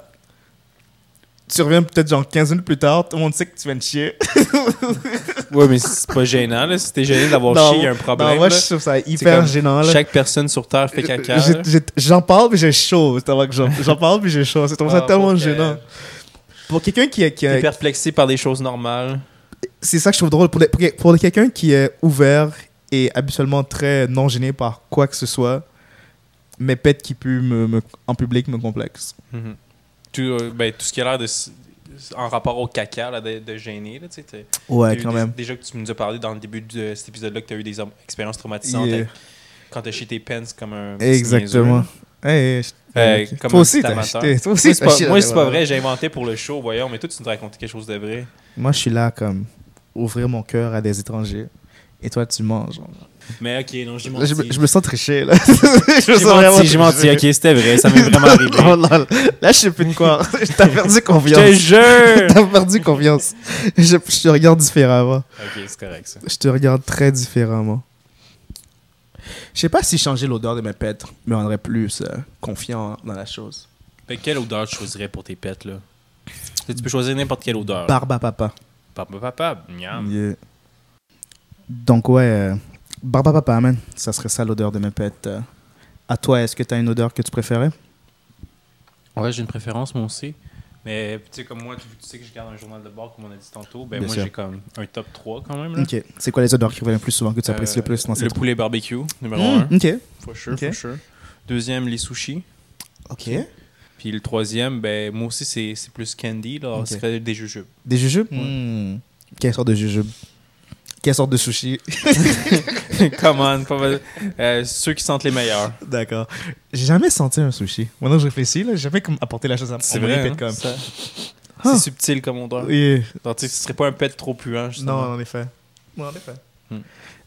Tu reviens peut-être genre 15 minutes plus tard. Tout le monde sait que tu viens de chier. Ouais, mais c'est pas gênant, là. Si t'es gêné d'avoir Non, chié, il y a un problème. non, moi, là. je trouve ça C'est hyper comme gênant. Là. Chaque personne sur Terre fait caca. là. J'en parle, puis j'ai chaud. C'est vrai que j'en parle, puis j'ai chaud. C'est ça tellement pour gênant. Pour quelqu'un qui T'es perplexé par des choses normales. c'est ça que je trouve drôle. Pour quelqu'un qui est ouvert et habituellement très non gêné par quoi que ce soit, mes pets qui puent en public me complexent. Mhm. Tout ce qui a l'air de... En rapport au caca, là, de gêner, là, tu sais. Ouais, quand même. Déjà que tu nous as parlé dans le début de cet épisode-là que tu as eu des expériences traumatisantes Yeah. quand tu as chié tes pens comme un petit Exactement. niaiseux, Hey, comme toi un aussi, petit t'as amateur. acheté. Toi aussi, Moi, c'est t'as acheté, moi, c'est pas voilà. vrai, j'ai inventé pour le show, voyons, mais toi, tu nous as raconté quelque chose de vrai. Moi, je suis là comme ouvrir mon cœur à des étrangers. Et toi, tu manges. Mais ok, non, j'ai menti. Je me sens triché, là. Je me sens vraiment J'ai menti, triché. ok, c'était vrai, ça m'est vraiment arrivé. Oh non, là, je sais plus de quoi. T'as perdu Je confiance. te jure! T'as perdu confiance. Je te regarde différemment. Ok, c'est correct, ça. Je te regarde très différemment. Je sais pas si changer l'odeur de mes pets me rendrait plus confiant dans la chose. Fait quelle odeur tu choisirais pour tes pets, là? Tu peux choisir n'importe quelle odeur. Barbe à papa. Papa, miam. Yeah. Donc ouais, barbe à papa, man. Ça serait ça l'odeur de mes pets. À toi, est-ce que tu as une odeur que tu préférais? Ouais, j'ai une préférence, moi aussi. Mais, tu sais, comme moi, tu sais que je garde un journal de bord, comme on a dit tantôt. Ben, Bien moi, sûr. j'ai comme un top 3 quand même. Là. Ok. C'est quoi les odeurs qui reviennent le plus souvent, que tu apprécies le plus dans Le cette poulet barbecue, numéro 1. Ok. For sure, Ok. for sure. Deuxième, les sushis. Ok. Puis le troisième, ben, moi aussi, c'est plus candy. Là. Ok. Ce serait des jujubes. Des jujubes? Ouais. Quelle sorte de jujubes? Quelle sorte de sushi? Come on, pas mal. Ceux qui sentent les meilleurs. D'accord. J'ai jamais senti un sushi. Maintenant que je réfléchis, là, j'ai jamais comme apporté la chose à C'est mon vrai, pet hein? comme Ça- Ah. C'est subtil comme odeur. Oui. Genre, tu sais, ce serait pas un pet trop puant, justement. Non, en effet. Non, en effet.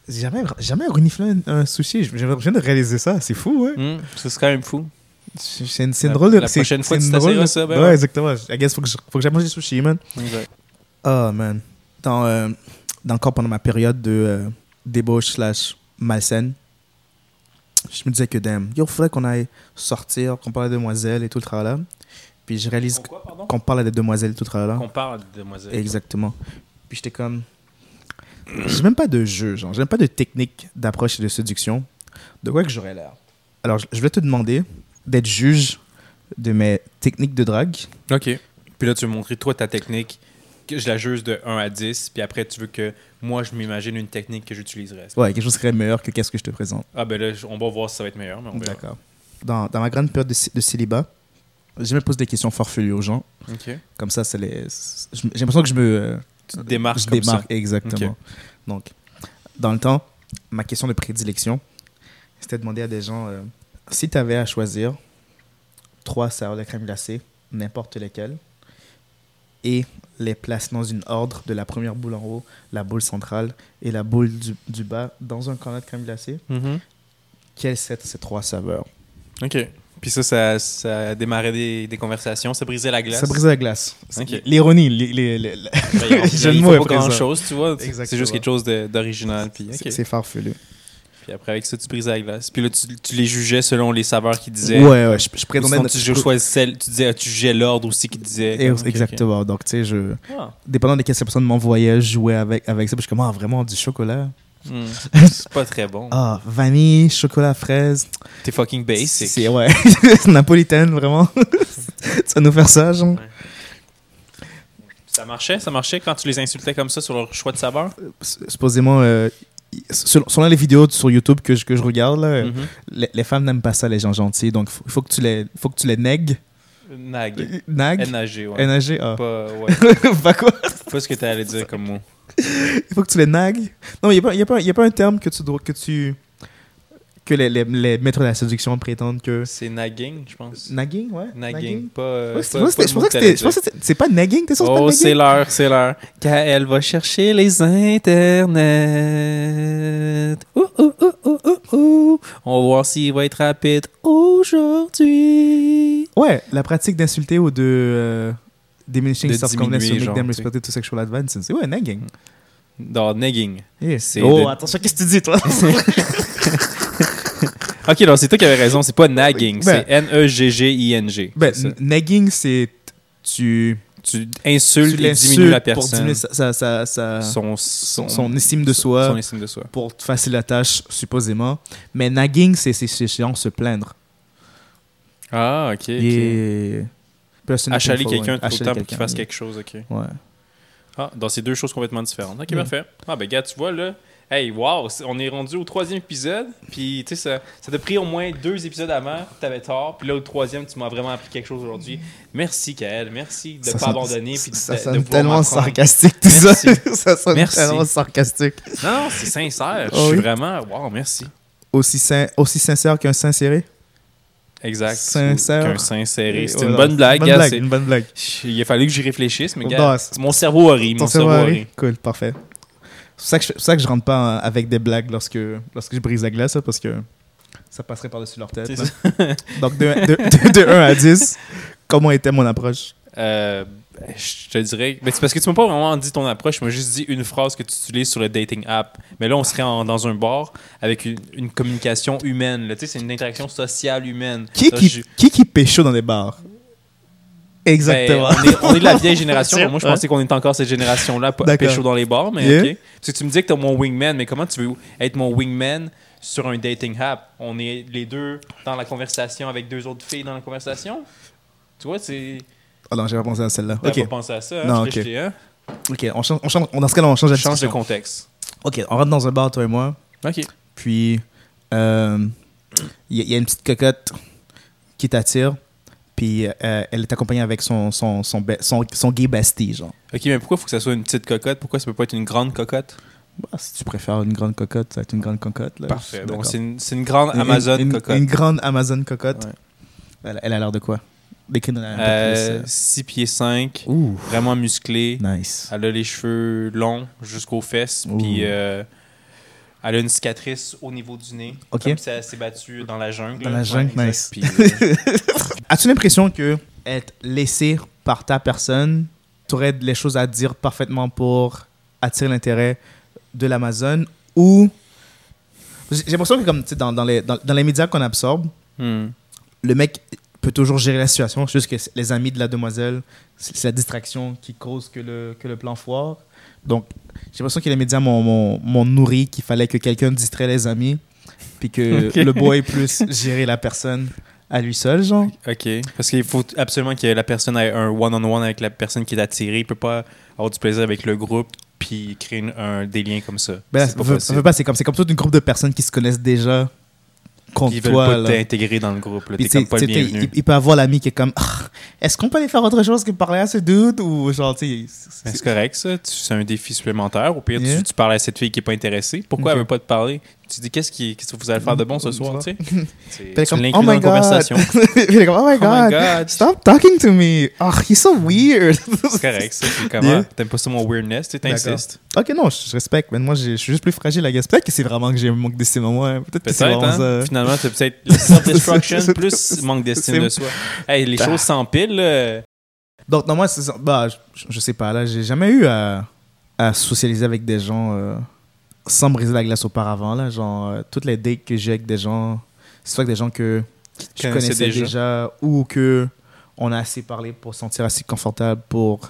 jamais reniflé un sushi. Je viens de réaliser ça. C'est fou, ouais. Ça, c'est quand même fou. C'est une drôle de... La prochaine fois, tu t'essaieras ça. Ben ouais, exactement. I guess faut que j'aille manger du sushi, man. Exact. Oh, man. Encore pendant ma période de débauche / malsaine, je me disais que, damn, il faudrait qu'on aille sortir, qu'on parle à demoiselles et tout le travail. Puis je réalise qu'on parle à des demoiselles et tout le travail. Qu'on parle à des demoiselles. Exactement. Puis j'étais comme... J'ai même pas de jeu, genre. J'ai même pas de technique d'approche et de séduction. De quoi que j'aurais l'air. Alors, je vais te demander d'être juge de mes techniques de drague. OK. Puis là, tu veux montrer, toi, ta technique, que je la juge de 1 à 10, puis après, tu veux que moi, je m'imagine une technique que j'utiliserais. Ouais, quelque chose serait meilleur que qu'est-ce que je te présente. Ah, ben là, on va voir si ça va être meilleur, mais on verra. D'accord. Dans ma grande période de célibat, je me pose des questions farfelues aux gens. OK. Comme ça, j'ai l'impression que je me... Tu te démarques je comme démarque, ça. exactement. OK. Donc, dans le temps, ma question de prédilection, c'était de demander à des gens, si tu avais à choisir 3 saveurs de crème glacée, n'importe lesquelles, et les placer dans une ordre de la première boule en haut, la boule centrale et la boule du bas dans un cornet de crème glacée, quelles seraient ces 3 saveurs? OK. Puis ça a démarré des conversations, ça brisait la glace. Ça brisait la glace. Okay. L'ironie, je ne vois pas grand-chose, tu vois. Exactement. C'est juste quelque chose d'original. Puis, okay. C'est farfelu. Puis après, avec ça, tu brisais la glace. Puis là, tu les jugeais selon les saveurs qu'ils disaient. Ouais, je prétendais... Tu disais, tu jugeais l'ordre aussi qu'ils disaient. Exactement. Okay. Donc, tu sais, dépendant de quelle personne m'envoyait, je jouais avec ça. Puis je suis comme, vraiment, du chocolat? C'est pas très bon. Vanille, chocolat, fraise. T'es fucking basic. C'est ouais. Napolitaine, vraiment. Tu vas nous faire ça, genre. Ouais. Ça marchait quand tu les insultais comme ça sur leur choix de saveur? Supposément, selon les vidéos sur YouTube que je regarde, là, les femmes n'aiment pas ça, les gens gentils. Donc, il faut que tu les nègues. Nag. N-A-G, ouais. N-A-G, Pas, ouais. Pas quoi? Pas ce que tu allais dire comme mot. Il faut que tu les nagues. Non, il n'y a pas un terme que les maîtres de la séduction prétendent que... C'est nagging, je pense. Nagging, ouais. Nagging, pas... Ouais, je pensais que c'est pas nagging, t'es sûr que c'est pas nagging? C'est l'heure. Qu'elle va chercher les internets. On va voir s'il va être rapide aujourd'hui. Ouais, la pratique d'insulter ou de... diminishing self-confidence to make them respected to sexual advances. C'est nagging. Non, nagging. Yes. Attention, qu'est-ce que tu dis, toi? Ok, alors c'est toi qui avais raison, c'est pas nagging, c'est N-E-G-G-I-N-G. Nagging, c'est tu insultes et diminues la personne. Pour diminuer son estime de soi. Son estime de soi. Pour te faciliter la tâche, supposément. Mais nagging, c'est genre se plaindre. Ah, ok. Achaler quelqu'un tout le temps pour qu'il fasse quelque chose, ok. Ouais. Ah, donc c'est 2 choses complètement différentes. Ok, parfait. Ah, ben, gars, tu vois, là, hey, wow, on est rendu au 3e épisode, puis, tu sais, ça t'a pris au moins 2 épisodes avant, t'avais tort, puis là, au 3e, tu m'as vraiment appris quelque chose aujourd'hui. Merci, Kael, merci de ne pas abandonner, puis ça sonne tellement sarcastique, tout ça. Ça sonne tellement sarcastique. Non, c'est sincère. Je suis vraiment, wow, merci. Aussi sincère qu'un sincéré? Exact. Sincère. Qu'un sincéré. C'est une bonne blague. Une bonne blague. Il a fallu que j'y réfléchisse, mais gars, mon cerveau a ri. Mon cerveau a ri. Cool, parfait. C'est pour ça que je rentre pas avec des blagues lorsque je brise la glace, parce que ça passerait par-dessus leur tête. Donc, de 1 à 10, comment était mon approche? Je te dirais... Mais c'est parce que tu m'as pas vraiment dit ton approche, tu m'as juste dit une phrase que tu utilises sur le dating app. Mais là, on serait dans un bar avec une communication humaine. Tu sais, c'est une interaction sociale humaine. Qui pécho dans des bars? Exactement. Ben, on est de la vieille génération. Moi, je pensais qu'on était encore cette génération-là, pécho dans les bars, mais ok. Parce que tu me dis que t'es mon wingman, mais comment tu veux être mon wingman sur un dating app? On est les deux dans la conversation avec 2 autres filles dans la conversation? Tu vois, c'est... Oh non, j'ai pas pensé à celle-là. T'as pas pensé à ça, hein? Non, ok. Ok, dans ce cas-là, on change de contexte. Ok, on rentre dans un bar, toi et moi. Ok. Puis, il y a une petite cocotte qui t'attire. Puis, elle est accompagnée avec son gay bestie, genre. Ok, mais pourquoi il faut que ça soit une petite cocotte? Pourquoi ça peut pas être une grande cocotte? Bah, si tu préfères une grande cocotte, ça va être une grande cocotte. Là. Parfait. Donc, c'est une grande Amazon cocotte. Une grande Amazon cocotte. Ouais. Elle a l'air de quoi? 6 pieds 5, vraiment musclée. Nice. Elle a les cheveux longs jusqu'aux fesses. Puis Elle a une cicatrice au niveau du nez. Ok. Comme si elle s'est battue dans la jungle. Dans la jungle, Ouais, nice. exact. Puis, As-tu l'impression que être laissé par ta personne, tu aurais les choses à dire parfaitement pour attirer l'intérêt de l'Amazon ou j'ai l'impression que comme tu sais, dans les médias qu'on absorbe, le mec peut toujours gérer la situation. C'est juste que les amis de la demoiselle, c'est la distraction qui cause que le plan foire. Donc, j'ai l'impression que les médias m'ont nourri qu'il fallait que quelqu'un distrait les amis puis que le boy puisse gérer la personne à lui seul, genre. OK. Parce qu'il faut absolument que la personne ait un one-on-one avec la personne qui est attirée. Il peut pas avoir du plaisir avec le groupe puis créer des liens comme ça. Ben, c'est pas possible. c'est comme toute une groupe de personnes qui se connaissent déjà contre Ils veulent toi. pas Là. t'intégrer dans le groupe. Là. Puis T'es comme pas le bienvenu. il peut avoir l'ami qui est comme est-ce qu'on peut aller faire autre chose que parler à ce dude ou genre tu sais Ben, c'est correct, ça. C'est un défi supplémentaire. Au pire, Yeah. tu parles à cette fille qui n'est pas intéressée. Pourquoi Ok. elle veut pas te parler? Tu dis, qu'est-ce que vous allez faire de bon ce soir, tu sais? Puis elle est Tu comme, l'inclus oh dans my la god. conversation. Puis elle est comme, oh my Oh my god, God. stop talking to me. Oh, he's so weird. C'est correct, ça. C'est comment? Yeah. T'aimes pas ça mon weirdness? Tu t'insistes? Ok, non, je respecte. Mais moi, je suis juste plus fragile, la guess. Peut-être que c'est vraiment que j'ai un manque d'estime en moi. Peut-être que c'est Peut-être, vraiment hein? ça. Finalement, c'est peut-être le self-destruction plus manque d'estime C'est- de soi. Hey, les choses s'empilent, là. Donc, non, moi, c'est ça. Bah, je sais pas. Là, j'ai jamais eu à socialiser avec des gens sans briser la glace auparavant. Là. Genre, toutes les dates que j'ai avec des gens, c'est soit avec des gens que je Connaissais connaissais déjà. déjà ou que on a assez parlé pour se sentir assez confortable pour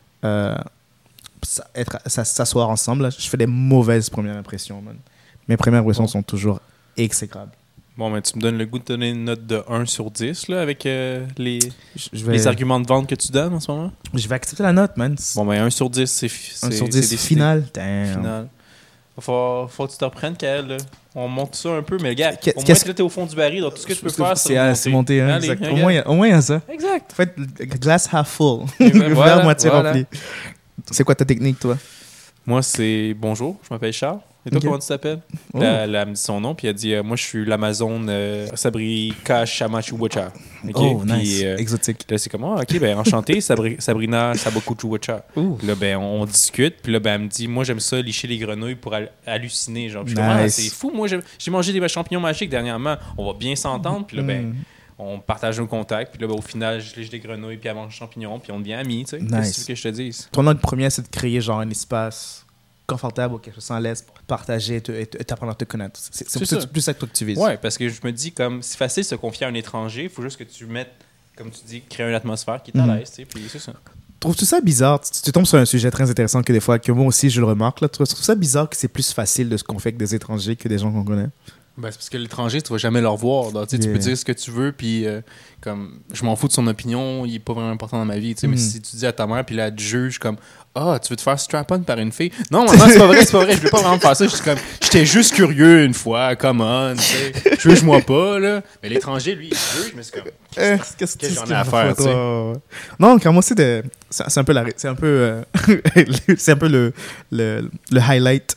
s'asseoir ensemble. Là. Je fais des mauvaises premières impressions, man. Mes premières impressions Bon. sont toujours exécrables. Bon, mais tu me donnes le goût de donner une note de 1 sur 10, là, avec les Je arguments de vente que tu donnes en ce moment? vais accepter la note, man. Bon, ben 1 sur 10, c'est 1 sur 10, décidé. final. Damn. Final. Faut que tu te reprennes, Kael. Là. On monte ça un peu, mais gars, Qu'est- au moins qu'est-ce que là, t'es au fond du baril, donc tout ce que tu peux faire, C'est monté. Hein, Allez, exact. regarde. Au moins, il y a ça. Exact. En fait, glass half full. Et ben Le voilà, verre moitié voilà. rempli. C'est quoi ta technique, toi? Moi, c'est bonjour, je m'appelle Charles. Et toi, Ok. comment tu t'appelles? Oh. Elle a dit son nom, puis elle a dit moi, je suis l'Amazon Sabrina Chamachuwacha. OK? Oh, Puis, nice. Exotique. là, c'est comme, OK, ben enchanté, Sabrina Sabokuchuwacha. Ouh. Là, ben, on discute, puis là, ben, elle me dit, moi, j'aime ça, licher les grenouilles pour halluciner. Genre, puis je suis comme, Nice. c'est fou, moi, j'ai mangé des champignons magiques dernièrement, on va bien s'entendre, puis là, ben, on partage nos contacts, puis là, ben, au final, je liche des grenouilles, puis elle mange des champignons, puis on devient amis, tu sais. Nice. Qu'est-ce que tu veux que je te dise? Ton note première, c'est de créer genre un espace confortable où quelque chose s'en laisse pour partager et t'apprendre à te connaître. C'est ça. plus ça que toi que tu vises. Ouais, parce que je me dis, comme, c'est facile de se confier à un étranger, il faut juste que tu mettes, comme tu dis, créer une atmosphère qui est à l'aise, tu sais, puis c'est ça. Trouves-tu ça bizarre? Tu tombes sur un sujet très intéressant que des fois, que moi aussi je le remarque. Là. Tu trouves ça bizarre que c'est plus facile de se confier avec des étrangers que des gens qu'on connaît? Ben, c'est parce que l'étranger, tu vas jamais le revoir. Donc, tu sais, tu peux dire ce que tu veux, puis comme je m'en fous de son opinion, il est pas vraiment important dans ma vie. Tu sais, mais si tu dis à ta mère, puis là, elle te juge comme tu veux te faire strap-on par une fille? Non, maman, c'est pas vrai, je veux pas vraiment faire ça. J'étais juste curieux une fois, come on, tu sais. Juge-moi pas, là. Mais l'étranger, lui, il juge, mais c'est comme. Qu'est-ce que j'en ai à faire, tu sais? Non, quand moi aussi, c'est un peu c'est un peu, c'est un peu le highlight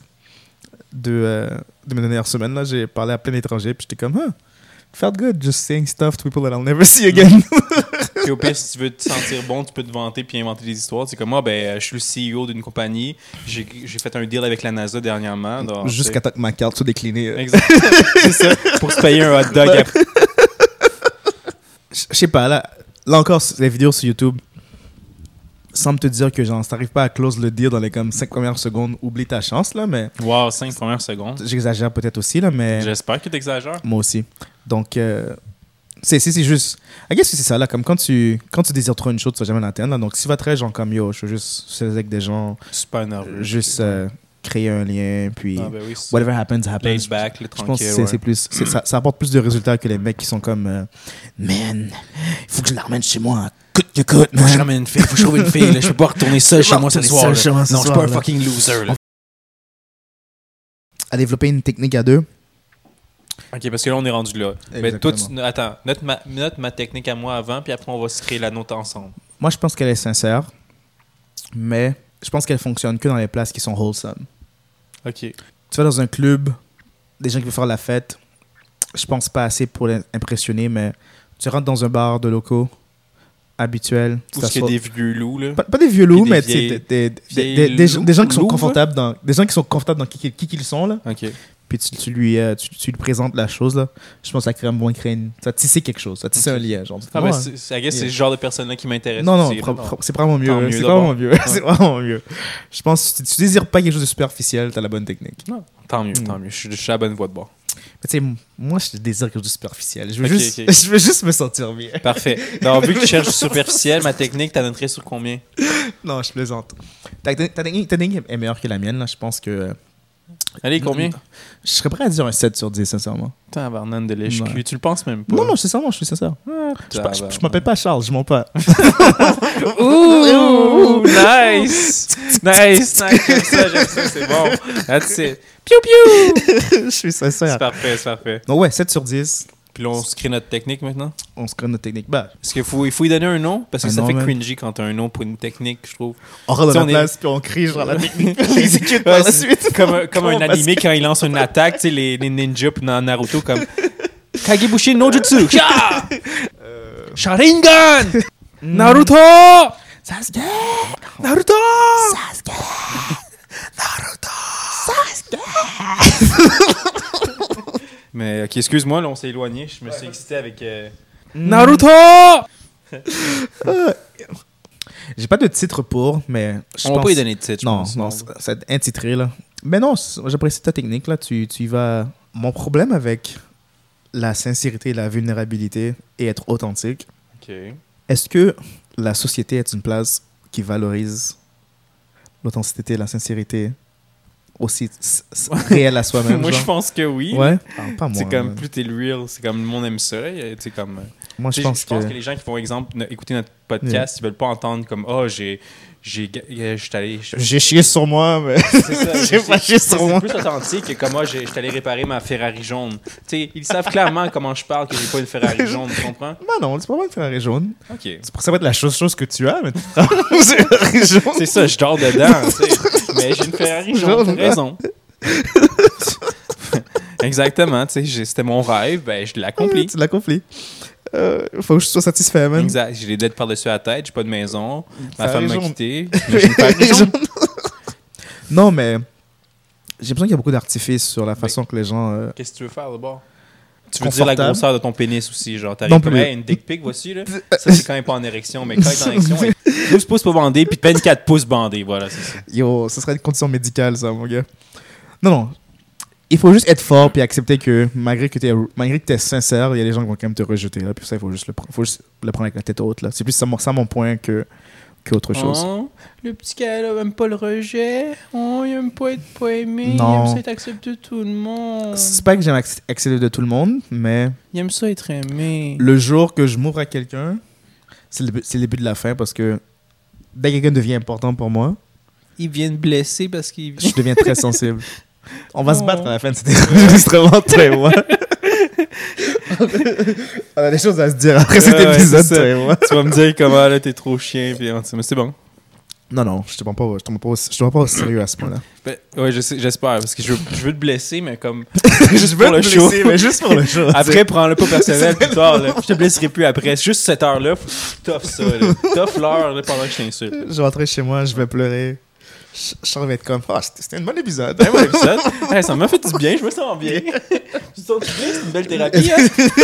de mes dernières semaines. Là, j'ai parlé à plein d'étrangers, puis j'étais comme, felt good just saying stuff to people that I'll never see again. Puis au pire, si tu veux te sentir bon, tu peux te vanter puis inventer des histoires. C'est comme moi, je suis le CEO d'une compagnie. J'ai fait un deal avec la NASA dernièrement. Donc, Jusqu'à temps que ma carte soit déclinée. Exact. C'est ça. Pour se payer un hot dog après. Je sais pas, là encore, les vidéos sur YouTube semblent te dire que genre, si t'arrives pas à close le deal dans les comme 5 premières secondes, oublie ta chance, là, mais Wow, 5 premières secondes. j'exagère peut-être aussi, là, mais J'espère que tu exagères. moi aussi. Donc, c'est juste... I guess que c'est ça, là, comme quand tu désires trop une chose, tu vas jamais l'atteindre, là. Donc, si tu vas très genre comme, yo, je veux juste socialiser avec des gens, Super nerveux. juste créer un lien, puis Ah, ben oui, c'est whatever happens, happens. laid back, le Je pense tranquille. que c'est plus... ça apporte plus de résultats que les mecs qui sont comme, man, il faut que je la ramène chez moi, coûte que coûte, Faut que je man. ramène une fille, faut que je trouve une fille. Là. Je peux pas retourner seul chez moi ce soir. là. Non, je suis pas un fucking loser. Là. À développer une technique à deux. Ok, parce que là, on est rendu là. Mais toi, Exactement. attends, note ma technique à moi avant, puis après, on va se créer la nôtre ensemble. Moi, je pense qu'elle est sincère, mais je pense qu'elle fonctionne que dans les places qui sont wholesome. Ok. Tu vas dans un club, des gens qui veulent faire la fête, je pense pas assez pour les impressionner, mais tu rentres dans un bar de locaux habituel. Ou ce qu'il y a des vieux loups, là. Pas des vieux loups, Puis mais des des gens qui sont loups, confortables dans qui ils sont là. Ok. puis tu lui présentes la chose, là, je pense que ça crée un bon crâne. Ça tisse quelque chose, ça tisse un lien. Genre, I guess c'est ce genre de personne-là qui m'intéresse. Non, aussi, c'est vraiment mieux. C'est vraiment mieux. C'est vraiment mieux. Je pense que si tu désires pas quelque chose de superficiel, t'as la bonne technique. Non. Tant mieux. Je suis à la bonne voie de bord. Mais tu sais, moi, je désire quelque chose de superficiel. Je veux juste me sentir bien. Parfait. Donc, vu que tu cherches du superficiel, ma technique, t'as noterais sur combien? Non, je plaisante. Ta technique est meilleure que la mienne, là. Je pense que... Allez, combien? Je serais prêt à dire un 7 sur 10, sincèrement. Tabarnane de lèche-cul. Ouais. Tu le penses même pas? Non, sincèrement, je suis sincère. Je m'appelle pas Charles, je mens pas. Ouh, nice! J'aime ça, c'est bon. That's it. Piou, piou! Je suis sincère. C'est parfait. Donc ouais, 7 sur 10. Puis là, on se crée notre technique maintenant? On se crée notre technique. Est-ce qu'il faut y donner un nom? Parce que ça fait cringy quand t'as un nom pour une technique, je trouve. On rentre dans la place, puis on crie genre la technique, on l'exécute par la suite. Comme un animé quand il lance une attaque, tu sais, les ninjas dans Naruto, comme Kagebushi no Jutsu! Sharingan! Naruto! Sasuke! Naruto! Sasuke! Naruto! Sasuke! Mais ok, excuse-moi, là, on s'est éloigné. Je me suis excité avec Naruto! J'ai pas de titre pour, mais on va pas y donner de titre. Non, c'est intitré là. Mais non, j'apprécie ta technique là. Tu y vas. Mon problème avec la sincérité et la vulnérabilité et être authentique. Ok. Est-ce que la société est une place qui valorise l'authenticité et la sincérité aussi réelle à soi-même? Moi, je pense que oui. Ouais. Pas moi. C'est comme plus t'es le real, c'est comme le monde aime ça. C'est comme. Moi, je pense que les gens qui font exemple écouter notre podcast, ils veulent pas entendre comme j'ai chié sur moi, mais j'ai pas chié sur moi. C'est plus authentique que comme moi, je suis allé réparer ma Ferrari jaune. T'sais, ils savent clairement comment je parle que j'ai pas une Ferrari jaune, tu comprends? Non, c'est pas une Ferrari jaune. Ok. Ça va être la chose que tu as, mais c'est Ferrari jaune. C'est ça, je dors dedans, mais j'ai une Ferrari jaune, t'as raison. Exactement, c'était mon rêve, ben je l'ai accompli. Tu l'as accompli. Faut que je sois satisfait, man. Exact. J'ai les dettes par-dessus la tête, j'ai pas de maison, ma femme m'a quitté. Non, mais j'ai l'impression qu'il y a beaucoup d'artifices sur la façon que les gens. Qu'est-ce que tu veux faire d'abord? Tu veux dire la grosseur de ton pénis aussi, genre t'arrives comme une dick pic, voici là. Ça c'est quand même pas en érection, mais quand il est en érection, 12 pouces pas bandés puis 24 pouces bandés, voilà, c'est ça. Yo, ce serait une condition médicale ça, mon gars. Non. Il faut juste être fort puis accepter que malgré que t'es sincère, il y a des gens qui vont quand même te rejeter là. Puis ça, il faut juste le prendre avec la tête haute là. C'est plus ça mon point qu'autre chose. Le petit gars là aime pas le rejet. Il aime pas être aimé. Non. Il aime ça être accepté de tout le monde. C'est pas que j'aime accepter de tout le monde, mais il aime ça être aimé. Le jour que je m'ouvre à quelqu'un, c'est le début de la fin parce que dès que quelqu'un devient important pour moi, il vient de blesser parce qu'il je deviens très sensible. On va se battre à la fin de cet enregistrement, toi et moi. On a des choses à se dire après cet épisode, toi et moi. Tu vas me dire comment là t'es trop chien, puis mais c'est bon. Non, je te prends pas au sérieux à ce point-là. Ben, ouais, j'espère, parce que je veux te blesser, mais comme juste pour le show. Mais juste pour le show. Après, prends-le pas personnel plus tard. Là. Je te blesserai plus après. C'est juste cette heure-là, tough ça. Là. Tough l'heure là, pendant que je t'insulte. Je vais rentrer chez moi, je vais pleurer. Je vais être comme, c'était un bon épisode. Un bon épisode. Hey, ça m'a fait du bien, je me sens bien. Tu te sens bien, c'est une belle thérapie. Hein?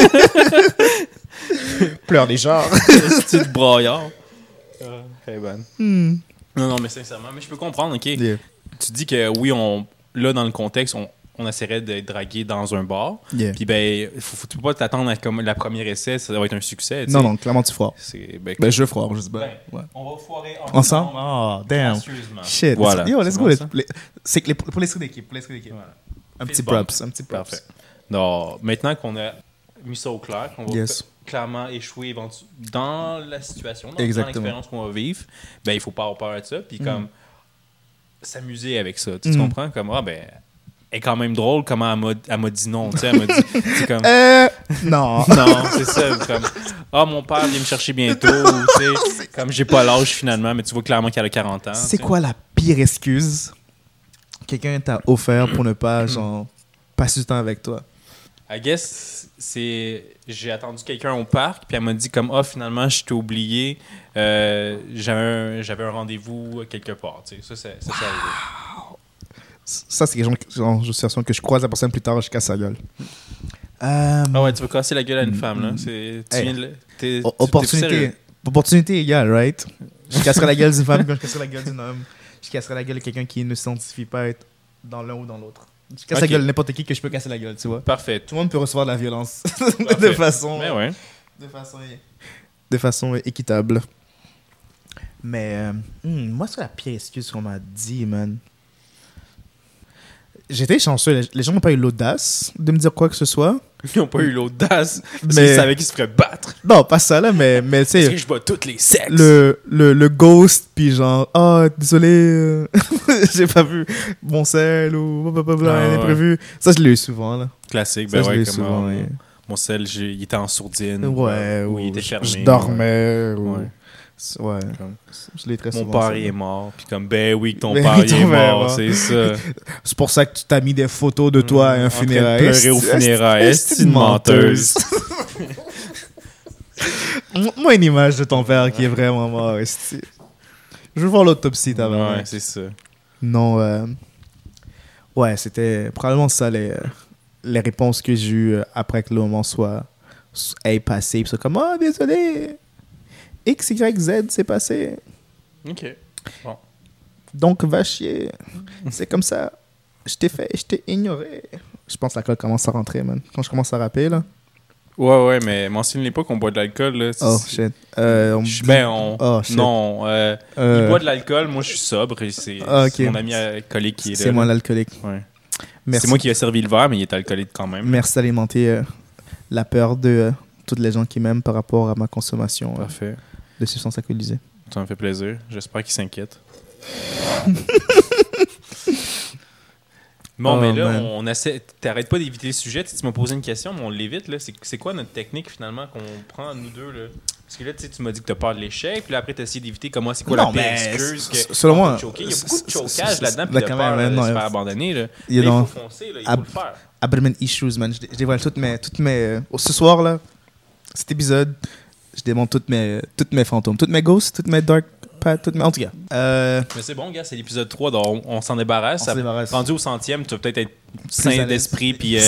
Pleure des genres. C'est du braillard. Hey, man. Non, mais sincèrement, mais je peux comprendre, ok? Yeah. Tu dis que oui, là, dans le contexte, on essaierait d'être dragué dans un bar. Yeah. Puis, ben, tu peux pas t'attendre à comme la première essai, ça va être un succès. T'sais. Non, clairement, tu foires. Je foire, je sais pas. Ouais. On va foirer ensemble. Oh, damn. Shit. Voilà. Yo, let's go. C'est pour l'esprit d'équipe. Voilà. Un petit props. Parfait. Donc, maintenant qu'on a mis ça au clair, qu'on va clairement échouer dans la situation, dans l'expérience qu'on va vivre, ben, il faut pas avoir peur de ça. Puis, comme, s'amuser avec ça. Tu comprends? Comme, elle est quand même drôle comment elle m'a dit non. Tu sais, elle m'a dit. C'est comme. Non. Non, c'est ça. Comme, mon père vient me chercher bientôt. Tu sais, comme j'ai pas l'âge finalement, mais tu vois clairement qu'elle a 40 ans. C'est quoi la pire excuse quelqu'un t'a offert pour ne pas, genre, passer du temps avec toi? I guess, j'ai attendu quelqu'un au parc, puis elle m'a dit comme, finalement, je t'ai oublié. J'avais un rendez-vous quelque part. Tu sais, ça arrivé. Ça, c'est genre de situation que je croise la personne plus tard, je casse la gueule. Ah ouais, tu veux casser la gueule à une femme, là. Tu viens de... t'es Opportunité égale, right? Je casserai la gueule d'une femme comme je casserai la gueule d'un homme. Je casserai la gueule de quelqu'un qui ne s'identifie pas être dans l'un ou dans l'autre. Je casse la gueule de n'importe qui que je peux casser la gueule, tu vois. Parfait. Tout le monde peut recevoir de la violence de façon... Mais ouais. De façon équitable. Mais moi, c'est la pire excuse qu'on m'a dit, man. J'étais chanceux. Les gens n'ont pas eu l'audace de me dire quoi que ce soit. Ils n'ont pas eu l'audace. Parce Mais- qu'ils savaient qu'ils se feraient battre. Non, pas ça, là, mais tu Parce sais... que je bats toutes les sexes. Le ghost, puis genre, désolé, j'ai pas vu mon sel ou blablabla, Ah, rien n'est ouais. prévu. Ça, je l'ai eu souvent, là. Classique. Ça, Ben je l'ai ouais, eu comme souvent, ouais. mon sel, il était en sourdine. Ouais, ou il ou était fermé. je dormais, ou... Ouais. Ouais, Comme, je l'ai très souvent. mon père ça. il est mort. Puis comme, ben oui, que ton Ben père oui, il est ton père est mort. mort. C'est ça. C'est pour ça que tu t'as mis des photos de toi à un En train de funérail. pleurer au funérail. Est-ce une menteuse? Moi, une image de ton père qui est vraiment mort. esti. Je veux voir l'autopsie, t'as Ouais, c'est ça. Non, ouais, c'était probablement ça les réponses que j'ai eues après que le moment ait passé. Puis c'est comme, désolé, X, Y, Z, c'est passé. OK. Bon. Donc, va chier. C'est comme ça. Je t'ai ignoré. Je pense que l'alcool commence à rentrer, man. Quand je commence à rapper, là. Ouais, mais mentionne-les pas qu'on boit de l'alcool, là. Oh, shit. Oh, shit. Non, il boit de l'alcool, moi je suis sobre et c'est Ah, ok. c'est mon ami alcoolique qui est là. C'est moi là. l'alcoolique. Ouais. Merci. C'est moi qui ai servi le verre, mais il est alcoolique quand même. Merci d'alimenter la peur de toutes les gens qui m'aiment par rapport à ma consommation Parfait. de substances alcoolisées. Ça me fait plaisir. J'espère qu'il s'inquiète. Bon, Oh, mais là, man. on essaie. T'arrêtes pas d'éviter le sujet. Tu m'as posé une question, mais on l'évite. Là. C'est quoi notre technique finalement qu'on prend nous deux là? Parce que là, tu m'as dit que t'as peur de l'échec, puis là, après, t'as essayé d'éviter comment c'est quoi Non, la pire mais excuse que selon on moi, peut choquer. Il y a beaucoup de chocage c'est- là-dedans, puis là, de quand peur même, de non, se faire abandonner. Là. il y a Là, il dans- faut foncer, là, il faut le faire. Abandonment issues, man. Je dévoile toutes mes ce soir, là, cet épisode, je démonte toutes mes fantômes, toutes mes ghosts, toutes mes dark paths, en tout cas. Mais c'est bon, gars, c'est l'épisode 3, donc on s'en débarrasse. On s'en débarrasse. Rendu au 100e, tu vas peut-être être sain à l'aise. d'esprit, puis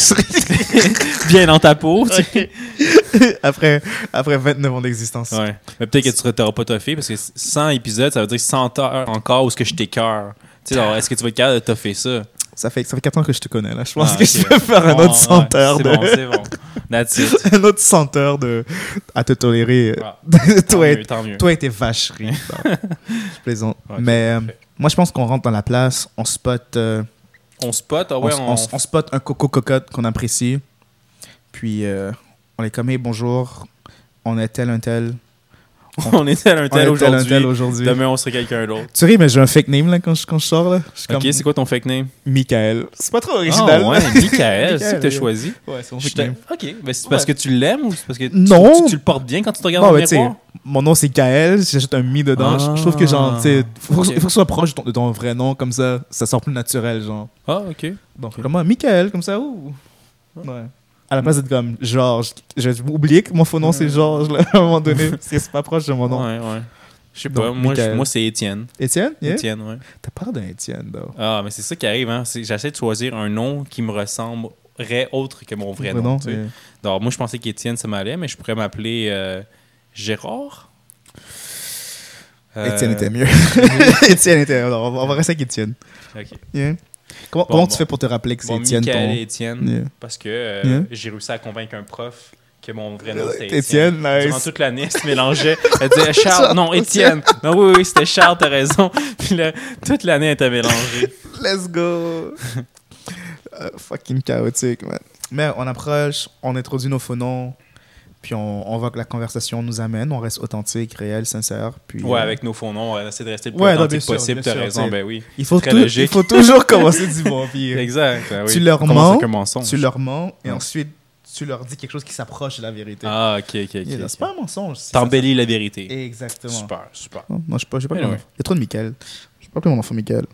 bien dans ta peau. tu sais. après 29 ans d'existence. Ouais. Mais peut-être que tu t'auras pas toffé, parce que 100 épisodes, ça veut dire 100 heures encore où est-ce que je t'écœure. Tu sais, alors, est-ce que tu vas être capable de toffer ça? Ça fait 4 ans que je te connais, là. Je pense Ah, que ok. je vais faire un Bon, autre 100 heures c'est de... bon, c'est bon. That's it. un autre 100 heures à te tolérer. Ah, tant toi, mieux, tant mieux. toi et tes vacheries. Non, je plaisante. Ok, Mais parfait. moi, je pense qu'on rentre dans la place, on spot... On spot, ah ouais, on spot un coco cocotte qu'on apprécie. Puis on est comme, hey, bonjour, on est tel, un tel. on est tel un On tel est tel, un tel aujourd'hui. aujourd'hui. Demain, on serait quelqu'un d'autre. Tu ris, mais j'ai un fake name là, quand je sors. Là. Je suis Ok, comme c'est quoi ton fake name? Michael. C'est pas trop original. Ah ouais, Michael, c'est ça que t'as Michael, choisi. Ouais, c'est mon Je fake name. Ok, mais c'est parce que tu l'aimes ou c'est parce que Non. tu le portes bien quand tu te regardes Non, dans mais le tu sais, miroir? mon nom c'est Kael, si j'ajoute un mi dedans, je trouve que genre, tu sais, faut Ok. que ce soit proche de ton vrai nom, comme ça sort plus naturel, genre. Ah, ok. Donc, comme moi, Michael, comme ça, ouh. Ouais. À la place d'être comme Georges, j'ai oublié que mon faux nom c'est Georges, là, à un moment donné, parce que c'est pas proche de mon nom. Ouais. Je sais Donc, pas, Michael. moi c'est Étienne. Étienne? Yeah? Étienne, ouais. T'as peur d'un Étienne, though. Ah, mais c'est ça qui arrive, hein. J'essaie de choisir un nom qui me ressemblerait autre que mon vrai Vrai nom. nom, tu sais. Donc, moi, je pensais qu'Étienne, ça m'allait, mais je pourrais m'appeler Gérard. Étienne était mieux. Étienne était. Alors, on va rester avec Étienne. Ok. Yeah. Comment tu fais pour te rappeler que c'est Bon, Étienne Michael ton... et Étienne, Yeah. parce que Yeah. j'ai réussi à convaincre un prof que mon vrai nom c'était Étienne, Étienne. nice. Durant toute l'année, elle se mélangeait. Elle disait Charles, non, Étienne. Non, oui, c'était Charles, t'as raison. Puis là, toute l'année, elle était mélangée. Let's go! Fucking chaotique, man. Mais on approche, on introduit nos faux noms, puis on voit que la conversation nous amène, on reste authentique, réel, sincère. Puis, Ouais, avec nos faux noms, on essaie de rester le plus Ouais, non, authentique bien sûr, possible. bien T'as sûr, raison, t'sais. ben oui. il faut, très il logique. faut toujours commencer du bon pire. Exact. ben oui. Tu leur On commence mens, avec un mensonge. tu leur mens, et Ouais. ensuite, tu leur dis quelque chose qui s'approche de la vérité. Ah, ok. Yeah, c'est pas un mensonge. c'est T'embellis la vérité. ça. Exactement. Super. Non, moi, j'ai pas Anyway. Il y a trop de Michael. Je peux pas appeler mon enfant Michael.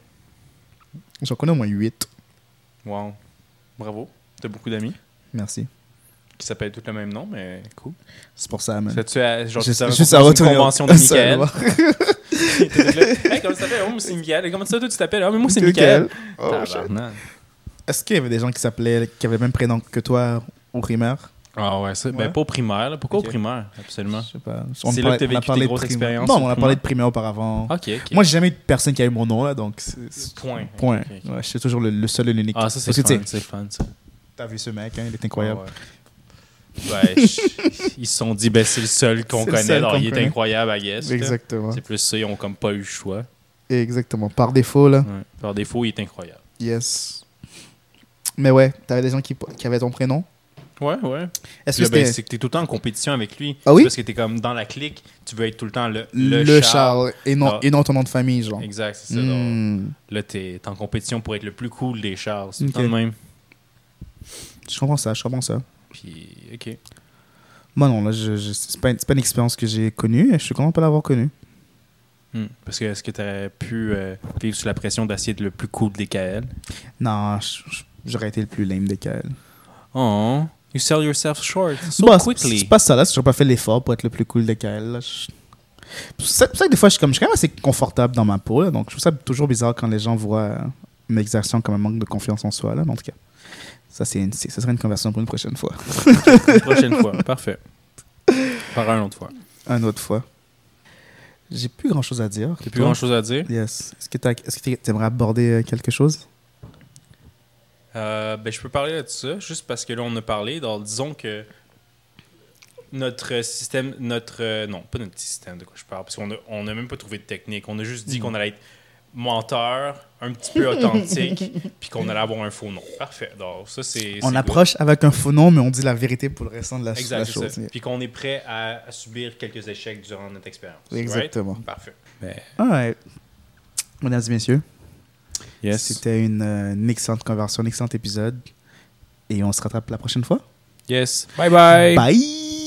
J'en connais au moins 8. Wow. Bravo. T'as beaucoup d'amis. Merci. qui s'appellent tous le même nom, mais cool. C'est pour ça, man. Fais-tu genre, Juste à retourner une convention de Michael? Hey, comment ça s'appelle? Oh, moi, c'est Michael. Comment ça, toi, tu t'appelles? Ah, mais moi, c'est Michael. Oh, Tabarnak. est-ce qu'il y avait des gens qui avaient le même prénom que toi au primaire? Ah ouais, ça. Ouais. Ben, pas au primaire. Là. Pourquoi Ok. au primaire? Absolument. Je sais pas. C'est là que t'as vécu tes grosses expériences Non, au on a primaire? parlé de primaire auparavant. OK. Moi, j'ai jamais eu de personne qui a eu mon nom, là, donc... Point. Point. Ok, ok. Ouais, je suis toujours le seul et l'unique. Ah, ça, c'est Parce que, fun. tu sais, C'est fun, ça. t'as vu ce mec, hein, il est incroyable. Ouais, ils se sont dit, ben, c'est le seul qu'on C'est le connaît. seul Alors, qu'on il est connaît. incroyable, I guess. là. Exactement. C'est plus ça, ils ont comme pas eu le choix. Exactement. Par défaut, là. Ouais. Par défaut, il est incroyable. Yes. Mais ouais, t'avais des gens qui avaient ton prénom. Ouais, ouais. Est-ce Puis que là, ben, c'était c'est que t'es tout le temps en compétition avec lui. Ah oui? Parce que t'es comme dans la clique, tu veux être tout le temps le le Charles. Charles et non, Ah. et non ton nom de famille, genre? Exact, c'est ça. Hmm. Donc, là, t'es en compétition pour être le plus cool des Charles. C'est Ok. tout le temps le même. Je comprends ça. Puis, OK. Moi, non, là, c'est pas une expérience que j'ai connue et je suis content de pas l'avoir connue. Parce que est-ce que t'aurais pu vivre sous la pression d'essayer d'être le plus cool des KL? Non, j'aurais été le plus lame des KL. Oh, you sell yourself short so Bah, quickly. c'est pas ça, là. J'ai pas fait l'effort pour être le plus cool des KL. Là. C'est pour ça que des fois, je suis quand même assez confortable dans ma peau. Là, donc, je trouve ça toujours bizarre quand les gens voient mes exertions comme un manque de confiance en soi. Là, mais en tout cas, ça serait une conversation pour une prochaine fois. Une prochaine fois. Parfait. Par une autre fois. Une autre fois. J'ai plus grand chose à dire. T'as plus grand chose à dire? Yes. Est-ce que tu aimerais aborder quelque chose? Ben, je peux parler de ça, juste parce que là, on a parlé. Donc, disons que notre système, non, pas notre système, de quoi je parle, parce qu'on a même pas trouvé de technique. On a juste dit qu'on allait être menteur, un petit peu authentique, puis qu'on allait avoir un faux nom. Parfait. Donc, ça, c'est. On good. approche avec un faux nom, mais on dit la vérité pour le restant de la Exact, c'est chose. ça. Puis qu'on est prêt à subir quelques échecs durant notre expérience. Exactement. Right? Parfait. Alright. Mesdames et messieurs, Yes. c'était une excellente conversation, un excellent épisode. Et on se rattrape la prochaine fois. Yes. Bye bye. Bye!